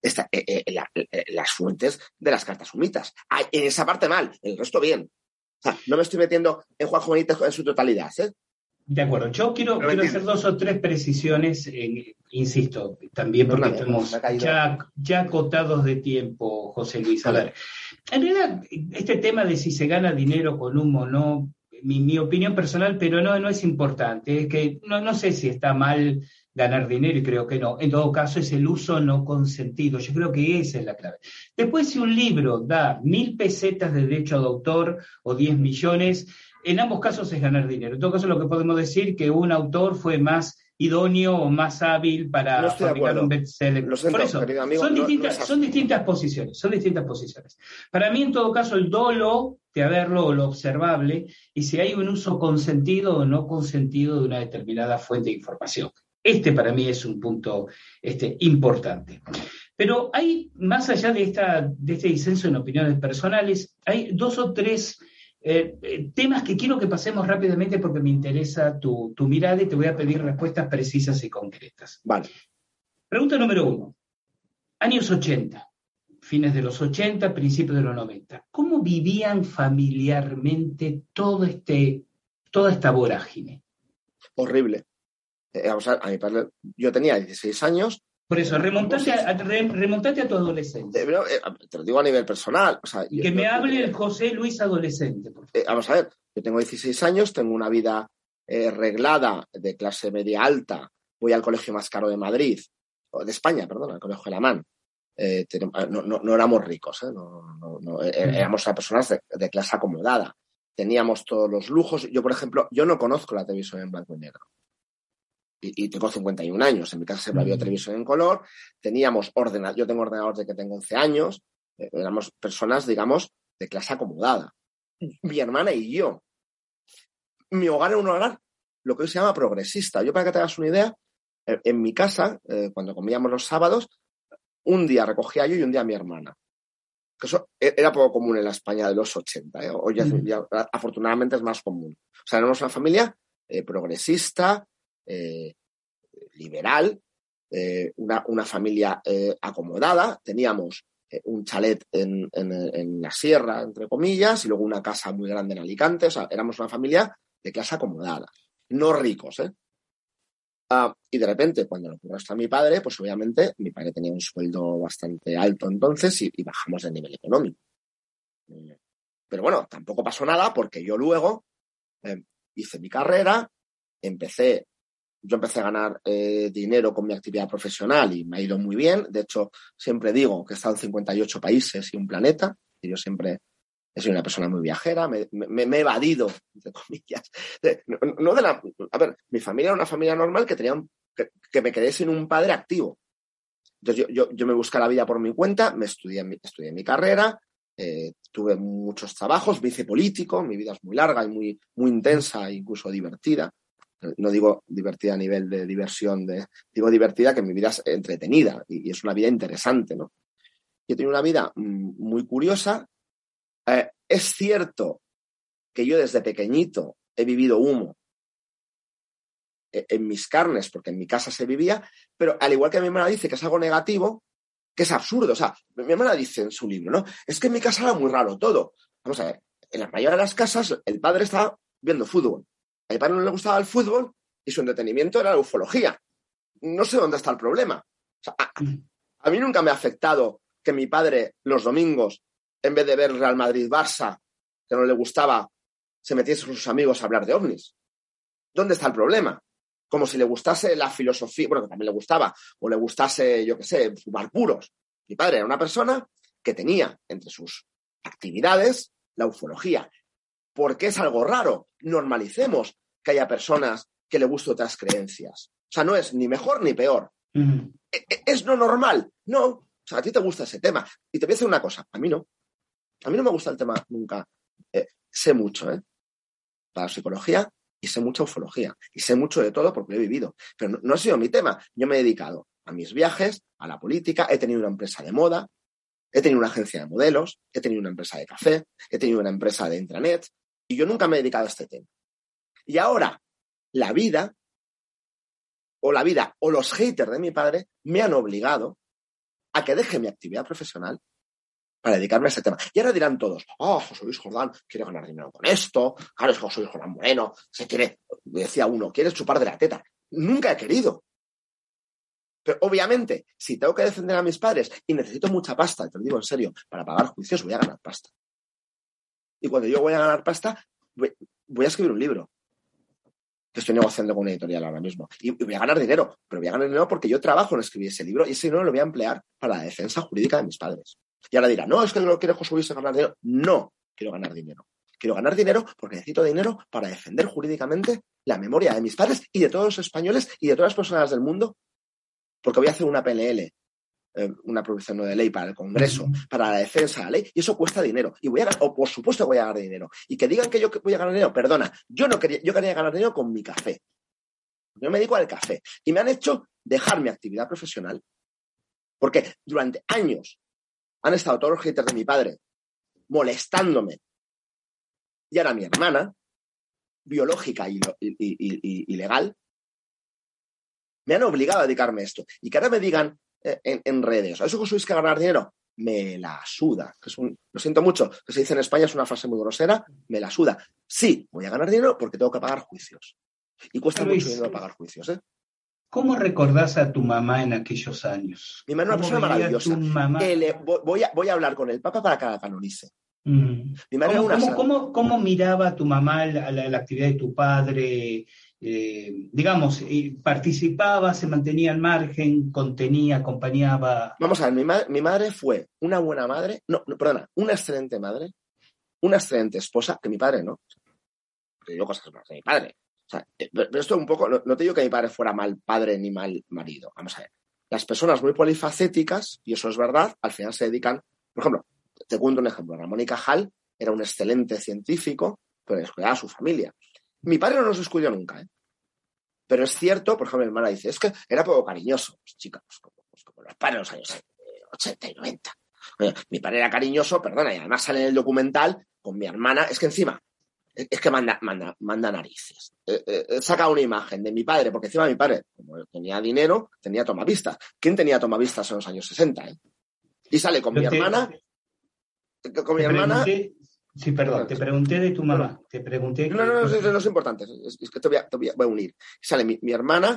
las fuentes de las cartas humitas. En esa parte mal, el resto bien. O sea, no me estoy metiendo en Juanjo Benítez en su totalidad, ¿eh? De acuerdo. Yo quiero hacer 2 o 3 precisiones, insisto, también porque estamos ya acotados de tiempo, José Luis. A ver, en realidad, este tema de si se gana dinero con humo o no, mi opinión personal, pero no es importante. Es que no sé si está mal ganar dinero y creo que no. En todo caso, es el uso no consentido. Yo creo que esa es la clave. Después, si un libro da 1.000 pesetas de derecho de autor o 10 millones, en ambos casos es ganar dinero. En todo caso, lo que podemos decir que un autor fue más idóneo o más hábil para fabricar un bestseller. Por eso, son distintas posiciones. Para mí, en todo caso, el dolo de haberlo o lo observable, y si hay un uso consentido o no consentido de una determinada fuente de información. Para mí es un punto importante. Pero hay, más allá de este disenso en opiniones personales, hay 2 o 3 temas que quiero que pasemos rápidamente porque me interesa tu mirada y te voy a pedir respuestas precisas y concretas. Vale. Pregunta número 1. Años 80, fines de los 80, principios de los 90. ¿Cómo vivían familiarmente toda esta vorágine? Horrible. Vamos a mi padre, yo tenía 16 años. Por eso, remontate a tu adolescencia. Te lo digo a nivel personal. O sea, y que me hable el José Luis adolescente. Por favor. Vamos a ver, yo tengo 16 años, tengo una vida reglada, de clase media alta, voy al colegio más caro de Madrid, de España, perdón, al colegio Alamán. No éramos ricos, éramos personas de clase acomodada. Teníamos todos los lujos. Yo, por ejemplo, no conozco la televisión en blanco y negro. y tengo 51 años. En mi casa siempre había televisión en color, teníamos ordenador, yo tengo ordenador desde que tengo 11 años, éramos personas, digamos, de clase acomodada. Mi hermana y yo. Mi hogar era un hogar, lo que hoy se llama progresista. Yo, para que te hagas una idea, en mi casa, cuando comíamos los sábados, un día recogía yo y un día mi hermana. Que eso era poco común en la España de los 80. Hoy ya, afortunadamente, es más común. O sea, éramos una familia progresista, liberal, una familia acomodada. Teníamos un chalet en la sierra, entre comillas, y luego una casa muy grande en Alicante. O sea, éramos una familia de clase acomodada, no ricos, y de repente, cuando le ocurrió esto a mi padre, pues obviamente mi padre tenía un sueldo bastante alto entonces y bajamos de nivel económico. Pero bueno, tampoco pasó nada porque yo luego hice mi carrera, yo empecé a ganar dinero con mi actividad profesional y me ha ido muy bien. De hecho, siempre digo que he estado en 58 países y un planeta, y yo siempre he sido una persona muy viajera, me he evadido, entre comillas. A ver, mi familia era una familia normal que me quedé sin un padre activo. Entonces yo me busqué la vida por mi cuenta, estudié mi carrera, tuve muchos trabajos, me hice político, mi vida es muy larga y muy intensa e incluso divertida. No digo divertida a nivel de diversión, digo divertida que mi vida es entretenida y es una vida interesante, ¿no? Yo he tenido una vida muy curiosa. Es cierto que yo desde pequeñito he vivido humo en mis carnes, porque en mi casa se vivía, pero al igual que mi hermana dice que es algo negativo, que es absurdo. O sea, mi hermana dice en su libro, ¿no? Es que en mi casa era muy raro todo. Vamos a ver, en la mayoría de las casas el padre estaba viendo fútbol. A mi padre no le gustaba el fútbol y su entretenimiento era la ufología. No sé dónde está el problema. O sea, a mí nunca me ha afectado que mi padre los domingos, en vez de ver Real Madrid-Barça, que no le gustaba, se metiese con sus amigos a hablar de ovnis. ¿Dónde está el problema? Como si le gustase la filosofía, bueno, que también le gustaba, o le gustase, yo qué sé, fumar puros. Mi padre era una persona que tenía entre sus actividades la ufología. ¿Por qué es algo raro? Normalicemos que haya personas que le gusten otras creencias. O sea, no es ni mejor ni peor. ¿Es no normal? No. O sea, a ti te gusta ese tema. Y te voy a decir una cosa, a mí no. A mí no me gusta el tema nunca. Sé mucho, para psicología, y sé mucha ufología. Y sé mucho de todo porque lo he vivido. Pero no ha sido mi tema. Yo me he dedicado a mis viajes, a la política, he tenido una empresa de moda, he tenido una agencia de modelos, he tenido una empresa de café, he tenido una empresa de intranet, y yo nunca me he dedicado a este tema. Y ahora, la vida o los haters de mi padre me han obligado a que deje mi actividad profesional para dedicarme a este tema. Y ahora dirán todos, José Luis Jordán quiere ganar dinero con esto, claro, es José Luis Jordán Moreno, decía uno, quiere chupar de la teta. Nunca he querido. Pero obviamente, si tengo que defender a mis padres y necesito mucha pasta, te lo digo en serio, para pagar juicios, voy a ganar pasta. Y cuando yo voy a ganar pasta, voy a escribir un libro que estoy negociando con una editorial ahora mismo. Y voy a ganar dinero, pero voy a ganar dinero porque yo trabajo en escribir ese libro y ese dinero lo voy a emplear para la defensa jurídica de mis padres. Y ahora dirán, no, es que no quiere José Luis ganar dinero. No quiero ganar dinero. Quiero ganar dinero porque necesito dinero para defender jurídicamente la memoria de mis padres y de todos los españoles y de todas las personas del mundo, porque voy a hacer una PNL, una proposición de ley para el Congreso, para la defensa de la ley, y eso cuesta dinero. Y por supuesto voy a ganar dinero. Y que digan que yo voy a ganar dinero, perdona, yo quería ganar dinero con mi café. Yo me dedico al café. Y me han hecho dejar mi actividad profesional. Porque durante años han estado todos los haters de mi padre molestándome. Y ahora mi hermana, biológica y legal, me han obligado a dedicarme a esto. Y que ahora me digan en redes, ¿a eso José Luis que ganar dinero? Me la suda. Lo siento mucho, que se dice en España, es una frase muy grosera, me la suda. Sí, voy a ganar dinero porque tengo que pagar juicios. Y cuesta mucho dinero pagar juicios, ¿Cómo recordás a tu mamá en aquellos años? Mi mamá es una persona maravillosa. Voy a hablar con el Papa para que la canonice. Mi madre ¿Cómo miraba tu mamá la actividad de tu padre? Digamos, participaba, se mantenía al margen, contenía, acompañaba. Vamos a ver, mi madre fue una buena madre, una excelente madre, una excelente esposa, que mi padre no. Porque yo cosas más de mi padre. O sea, pero esto un poco, no te digo que mi padre fuera mal padre ni mal marido. Vamos a ver. Las personas muy polifacéticas, y eso es verdad, al final se dedican, por ejemplo, te cuento un ejemplo. Ramón y Cajal era un excelente científico, pero descuidaba a su familia. Mi padre no nos descuidó nunca, ¿eh? Pero es cierto, por ejemplo, mi hermana dice, es que era poco cariñoso. Pues, chicos, como los padres de los años 80 y 90. Oye, mi padre era cariñoso, perdona, y además sale en el documental con mi hermana, es que encima, es que manda narices. Saca una imagen de mi padre, porque encima mi padre, como tenía dinero, tenía tomavistas. ¿Quién tenía tomavistas en los años 60? Y sale con mi hermana. Con mi hermana. Sí, perdón, te pregunté de tu mamá. Te pregunté. No es importante. Es que te voy a unir. Sale mi hermana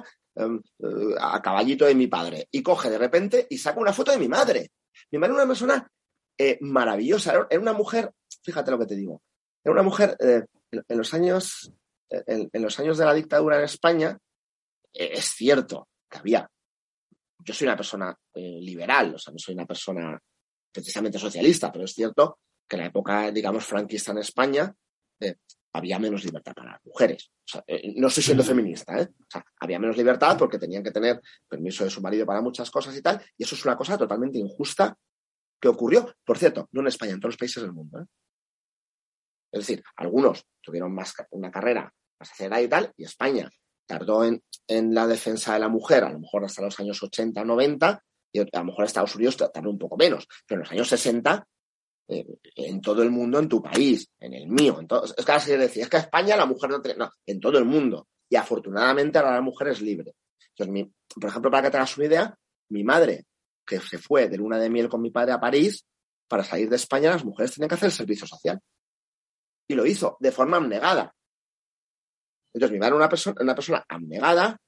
a caballito de mi padre y coge de repente y saca una foto de mi madre. Mi madre era una persona maravillosa. Era una mujer, fíjate lo que te digo. Era una mujer en los años de la dictadura en España. Es cierto que había. Yo soy una persona liberal, o sea, no soy una persona precisamente socialista, pero es cierto que en la época, digamos, franquista en España había menos libertad para las mujeres. O sea, no estoy siendo feminista, ¿eh? O sea, había menos libertad porque tenían que tener permiso de su marido para muchas cosas y tal, y eso es una cosa totalmente injusta que ocurrió, por cierto, no en España, en todos los países del mundo, ¿eh? Es decir, algunos tuvieron una carrera más acelerada y tal, y España tardó en la defensa de la mujer, a lo mejor hasta los años 80, 90, y a lo mejor Estados Unidos tardó un poco menos, pero en los años 60, en todo el mundo, en tu país, en el mío, es que así decía, es que España la mujer no, en todo el mundo, y afortunadamente ahora la mujer es libre. Entonces, por ejemplo, para que te hagas una idea, mi madre, que se fue de luna de miel con mi padre a París, para salir de España las mujeres tenían que hacer el servicio social. Y lo hizo de forma abnegada. Entonces, mi madre era una persona abnegada,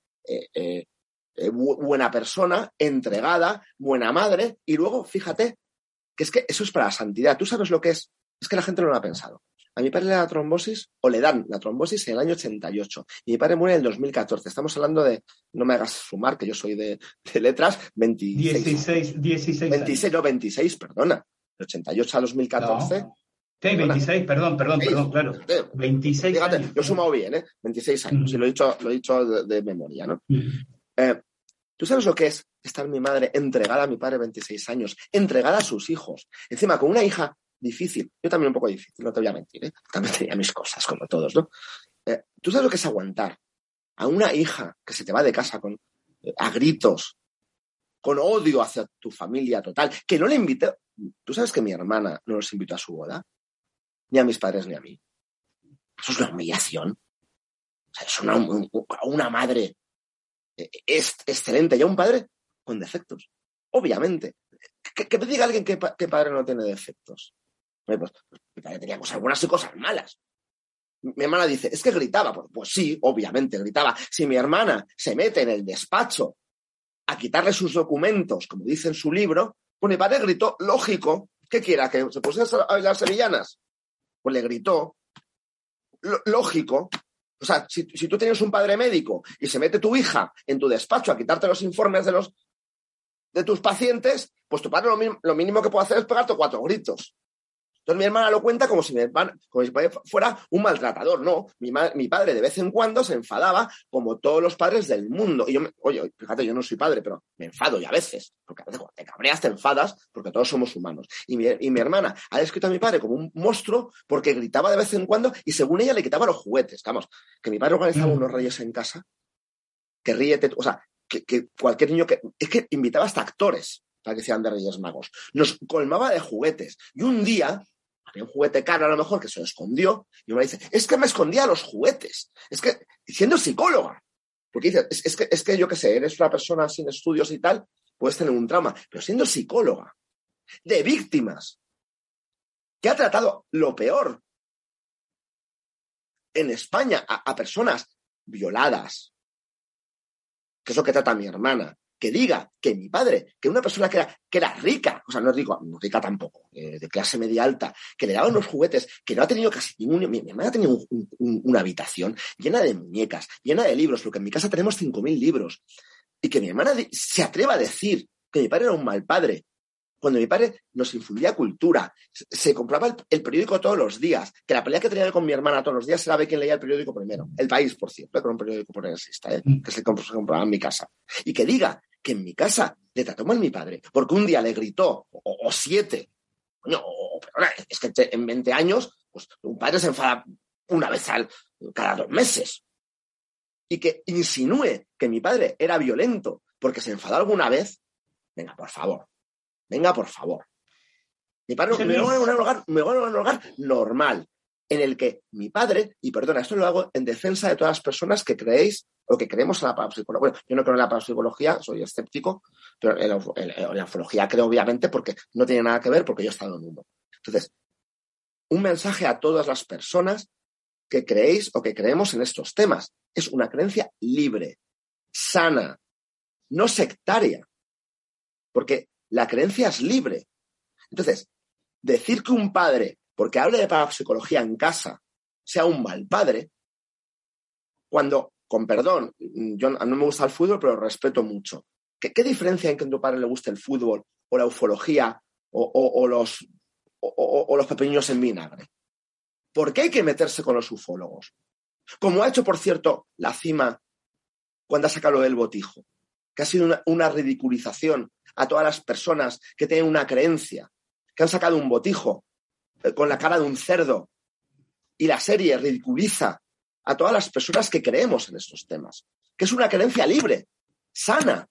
buena persona, entregada, buena madre, y luego, fíjate, que es que eso es para la santidad. ¿Tú sabes lo que es? Es que la gente no lo ha pensado. A mi padre le da trombosis, o le dan la trombosis en el año 88, y mi padre muere en el 2014. Estamos hablando de, no me hagas sumar, que yo soy de letras, 26, perdona. De 88 a 2014. No. Sí, 26, perdón, claro. 26 fíjate, años. lo he sumado bien, 26 años, y lo he dicho de memoria, ¿no? ¿Tú sabes lo que es estar mi madre entregada a mi padre 26 años, entregada a sus hijos? Encima, con una hija difícil, yo también un poco difícil, no te voy a mentir, ¿eh? También tenía mis cosas, como todos, ¿no? ¿Tú sabes lo que es aguantar a una hija que se te va de casa a gritos, con odio hacia tu familia total, que no le invité? ¿Tú sabes que mi hermana no nos invitó a su boda? Ni a mis padres ni a mí. Eso es una humillación. O sea, es una madre es excelente y a un padre con defectos. Obviamente. Que me diga alguien que padre no tiene defectos. Pues mi padre tenía cosas buenas y cosas malas. Mi hermana dice, es que gritaba. Pues sí, obviamente gritaba. Si mi hermana se mete en el despacho a quitarle sus documentos, como dice en su libro, pues mi padre gritó, lógico, ¿qué quiera? ¿Que se pusiera a bailar sevillanas? Pues le gritó, lógico. O sea, si tú tienes un padre médico y se mete tu hija en tu despacho a quitarte los informes de tus pacientes, pues tu padre lo mínimo que puede hacer es pegarte 4 gritos. Entonces mi hermana lo cuenta como si mi padre fuera un maltratador. No, mi padre de vez en cuando se enfadaba como todos los padres del mundo. Y oye, fíjate, yo no soy padre, pero me enfado y a veces, porque a veces cuando te cabreas te enfadas, porque todos somos humanos. Y mi hermana ha descrito a mi padre como un monstruo porque gritaba de vez en cuando y según ella le quitaba los juguetes. Vamos, que mi padre organizaba unos reyes en casa, que ríete, o sea, que cualquier niño es que invitaba hasta actores para que hicieran de Reyes Magos. Nos colmaba de juguetes. Y un día había un juguete caro a lo mejor que se lo escondió y uno dice, es que me escondía los juguetes. Es que, siendo psicóloga, porque dice, es que yo qué sé, eres una persona sin estudios y tal, puedes tener un trauma, pero siendo psicóloga de víctimas, que ha tratado lo peor en España a personas violadas, que es lo que trata mi hermana, que diga que mi padre, que una persona que era rica, o sea, no rica tampoco, de clase media alta, que le daban unos juguetes, que no ha tenido casi ningún... Mi hermana tenía una habitación llena de muñecas, llena de libros, porque en mi casa tenemos 5.000 libros, y que mi hermana se atreva a decir que mi padre era un mal padre, Cuando mi padre nos infundía cultura, se compraba el periódico todos los días, que la pelea que tenía con mi hermana todos los días era ver quién leía el periódico primero. El País, por cierto, que era un periódico progresista, que se compraba en mi casa. Y que diga que en mi casa le trató mal mi padre, porque un día le gritó, o 7, coño, pero es que en 20 años, pues un padre se enfada una vez cada 2 meses. Y que insinúe que mi padre era violento porque se enfadó alguna vez, venga, por favor. Mi padre me va a un hogar normal, en el que mi padre, y perdona, esto lo hago en defensa de todas las personas que creéis o que creemos en la parapsicología. Bueno, yo no creo en la parapsicología, soy escéptico, pero en la ufología creo obviamente porque no tiene nada que ver porque yo he estado en uno. Entonces, un mensaje a todas las personas que creéis o que creemos en estos temas. Es una creencia libre, sana, no sectaria, porque la creencia es libre. Entonces, decir que un padre, porque hable de parapsicología en casa, sea un mal padre, cuando, con perdón, yo no me gusta el fútbol, pero lo respeto mucho. ¿Qué diferencia hay en que a tu padre le guste el fútbol o la ufología o los pepinillos en vinagre? ¿Por qué hay que meterse con los ufólogos? Como ha hecho, por cierto, La Cima cuando ha sacado lo del botijo, que ha sido una ridiculización a todas las personas que tienen una creencia, que han sacado un botijo con la cara de un cerdo, y la serie ridiculiza a todas las personas que creemos en estos temas, que es una creencia libre, sana.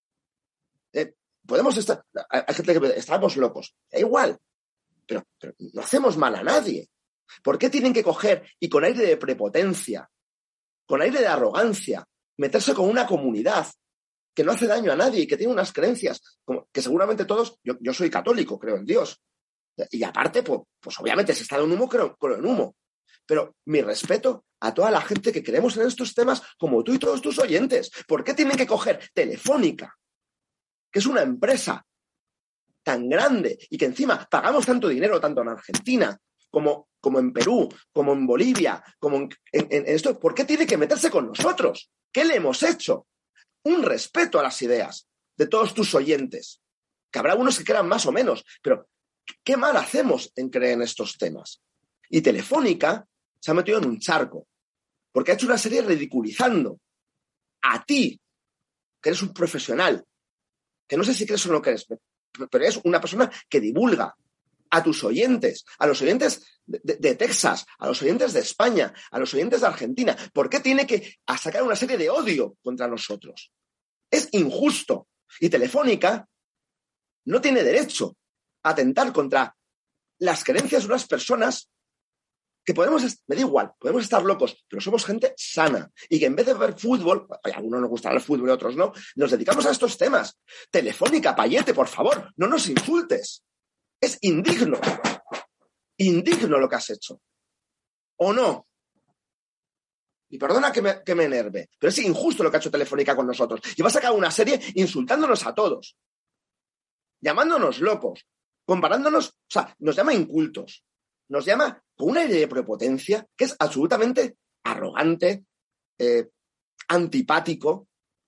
Podemos estar, hay gente que estamos locos, da igual, pero no hacemos mal a nadie. ¿Por qué tienen que coger y con aire de prepotencia, con aire de arrogancia, meterse con una comunidad que no hace daño a nadie y que tiene unas creencias que seguramente todos, yo soy católico, creo en Dios, y aparte, pues obviamente si está en humo, creo en humo, pero mi respeto a toda la gente que creemos en estos temas como tú y todos tus oyentes. ¿Por qué tienen que coger Telefónica, que es una empresa tan grande y que encima pagamos tanto dinero, tanto en Argentina como en Perú, como en Bolivia, como en esto? ¿Por qué tiene que meterse con nosotros? ¿Qué le hemos hecho? Un respeto a las ideas de todos tus oyentes, que habrá unos que crean más o menos, pero ¿qué mal hacemos en creer en estos temas? Y Telefónica se ha metido en un charco, porque ha hecho una serie ridiculizando a ti, que eres un profesional, que no sé si crees o no crees, pero eres una persona que divulga a tus oyentes, a los oyentes de Texas, a los oyentes de España, a los oyentes de Argentina. ¿Por qué tiene que sacar una serie de odio contra nosotros? Es injusto. Y Telefónica no tiene derecho a atentar contra las creencias de unas personas que me da igual, podemos estar locos, pero somos gente sana. Y que en vez de ver fútbol, a algunos nos gustará el fútbol y a otros no, nos dedicamos a estos temas. Telefónica, Payete, por favor, no nos insultes. Es indigno lo que has hecho. ¿O no? Y perdona que me enerve, pero es injusto lo que ha hecho Telefónica con nosotros. Y va a sacar una serie insultándonos a todos, llamándonos locos, comparándonos, o sea, nos llama incultos, nos llama con un aire de prepotencia que es absolutamente arrogante, antipático.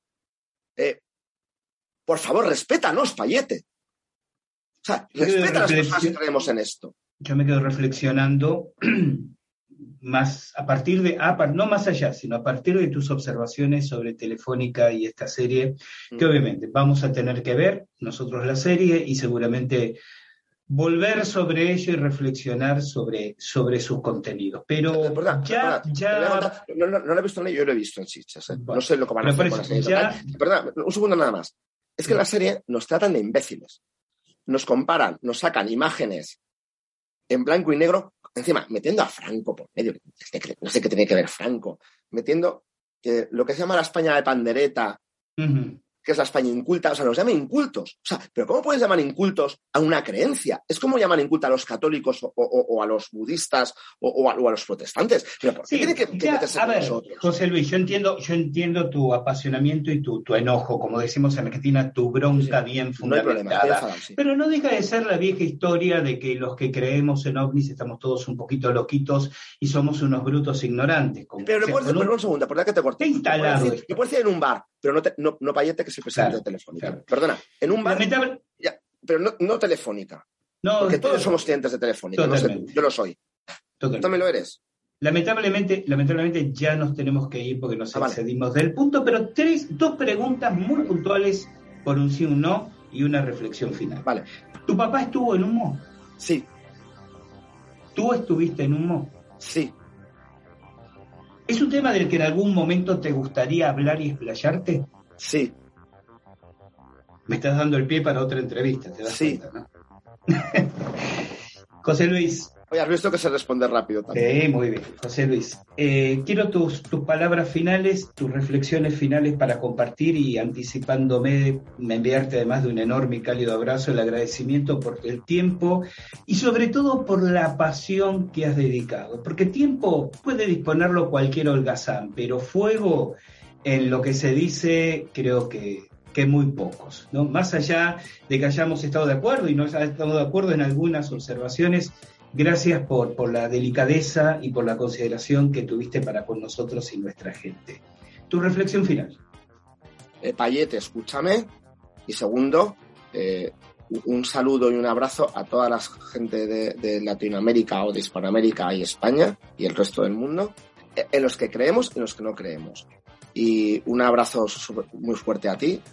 Por favor, respétanos, Payete. O sea, respeta a las personas que creemos en esto. Yo me quedo reflexionando más a partir de, no más allá, sino a partir de tus observaciones sobre Telefónica y esta serie, que obviamente vamos a tener que ver nosotros la serie y seguramente volver sobre ello y reflexionar sobre sus contenidos. Pero ya... No lo he visto en ello, yo lo he visto en Sitges. No sé lo que van a hacer con la serie. Perdona, un segundo nada más. Es que en la serie nos tratan de imbéciles. Nos comparan, nos sacan imágenes en blanco y negro, encima metiendo a Franco por medio, no sé qué tiene que ver Franco, metiendo lo que se llama la España de pandereta, que es la España inculta, o sea, nos llaman incultos. O sea, pero ¿cómo puedes llamar incultos a una creencia? Es como llamar inculta a los católicos o a los budistas o a los protestantes. Pero ¿por qué tiene que meterse con nosotros? José Luis, yo entiendo tu apasionamiento y tu enojo, como decimos en Argentina, tu bronca bien fundamentada. No hay problema, enfadado, sí. Pero no deja de ser la vieja historia de que los que creemos en ovnis estamos todos un poquito loquitos y somos unos brutos ignorantes. Pero un segundo, ¿por qué te corté? Yo puedo decir en un bar, pero no Payete, que es el presidente de Telefónica. Claro. Perdona, en un bar... pero no Telefónica. No, porque todos somos clientes de Telefónica. No sé, yo lo soy. ¿Tú también lo eres? Lamentablemente ya nos tenemos que ir porque nos excedimos del punto, pero dos preguntas muy puntuales por un sí, un no y una reflexión final. Vale. ¿Tu papá estuvo en Humo? Sí. ¿Tú estuviste en Humo? Sí. ¿Es un tema del que en algún momento te gustaría hablar y explayarte? Sí. Me estás dando el pie para otra entrevista, ¿te das cuenta, no? José Luis. Oye, has visto que se responde rápido también. Sí, muy bien, José Luis. Quiero tus palabras finales, tus reflexiones finales para compartir y anticipándome, enviarte además de un enorme y cálido abrazo, el agradecimiento por el tiempo y sobre todo por la pasión que has dedicado. Porque tiempo puede disponerlo cualquier holgazán, pero fuego en lo que se dice creo que muy pocos, ¿no? Más allá de que hayamos estado de acuerdo y no hayamos estado de acuerdo en algunas observaciones, gracias por la delicadeza y por la consideración que tuviste para con nosotros y nuestra gente. Tu reflexión final. Payete, escúchame. Y segundo, un saludo y un abrazo a toda la gente de Latinoamérica o de Hispanoamérica y España y el resto del mundo, en los que creemos y en los que no creemos. Y un abrazo muy fuerte a ti.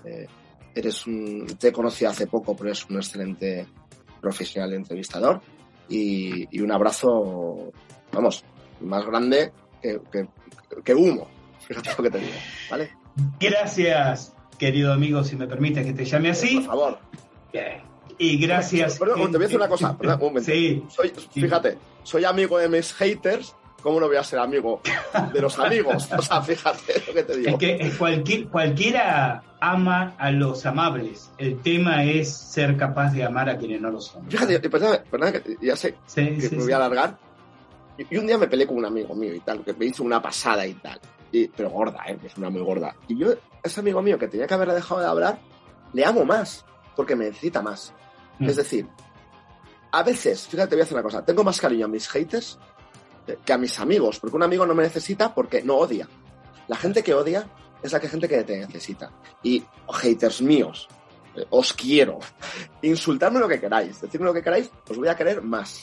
Te he conocido hace poco, pero eres un excelente profesional entrevistador. Y un abrazo, vamos, más grande que Humo. Fíjate lo que te digo, ¿vale? Gracias, querido amigo, si me permites que te llame así. Por favor. Bien. Y gracias. Perdón, te voy a decir una cosa, perdón, un momento. Sí. Fíjate, soy amigo de mis haters. ¿Cómo no voy a ser amigo de los amigos? O sea, fíjate lo que te digo. Es que cualquiera ama a los amables. El tema es ser capaz de amar a quienes no lo son. Fíjate, perdona que ya sé que me voy a alargar. Y un día me peleé con un amigo mío y tal, que me hizo una pasada y tal. Pero gorda, es una muy gorda. Y yo, ese amigo mío que tenía que haber dejado de hablar, le amo más, porque me necesita más. Es decir, a veces, fíjate, voy a hacer una cosa. Tengo más cariño a mis haters que a mis amigos, porque un amigo no me necesita porque no odia. La gente que odia es la gente que te necesita. Y haters míos, os quiero. Insultadme lo que queráis, decirme lo que queráis, os voy a querer más.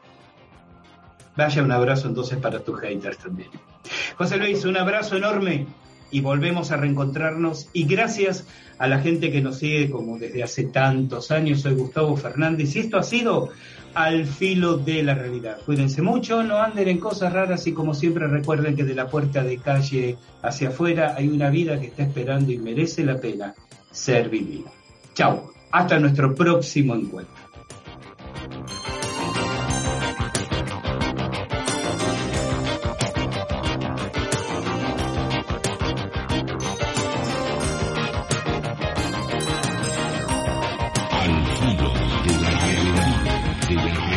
Vaya, un abrazo entonces para tus haters también. José Luis, un abrazo enorme y volvemos a reencontrarnos. Y gracias a la gente que nos sigue como desde hace tantos años. Soy Gustavo Fernández y esto ha sido Al Filo de la Realidad. Cuídense mucho, no anden en cosas raras y como siempre recuerden que de la puerta de calle hacia afuera hay una vida que está esperando y merece la pena ser vivida. Chao, hasta nuestro próximo encuentro. Al Filo de la Realidad.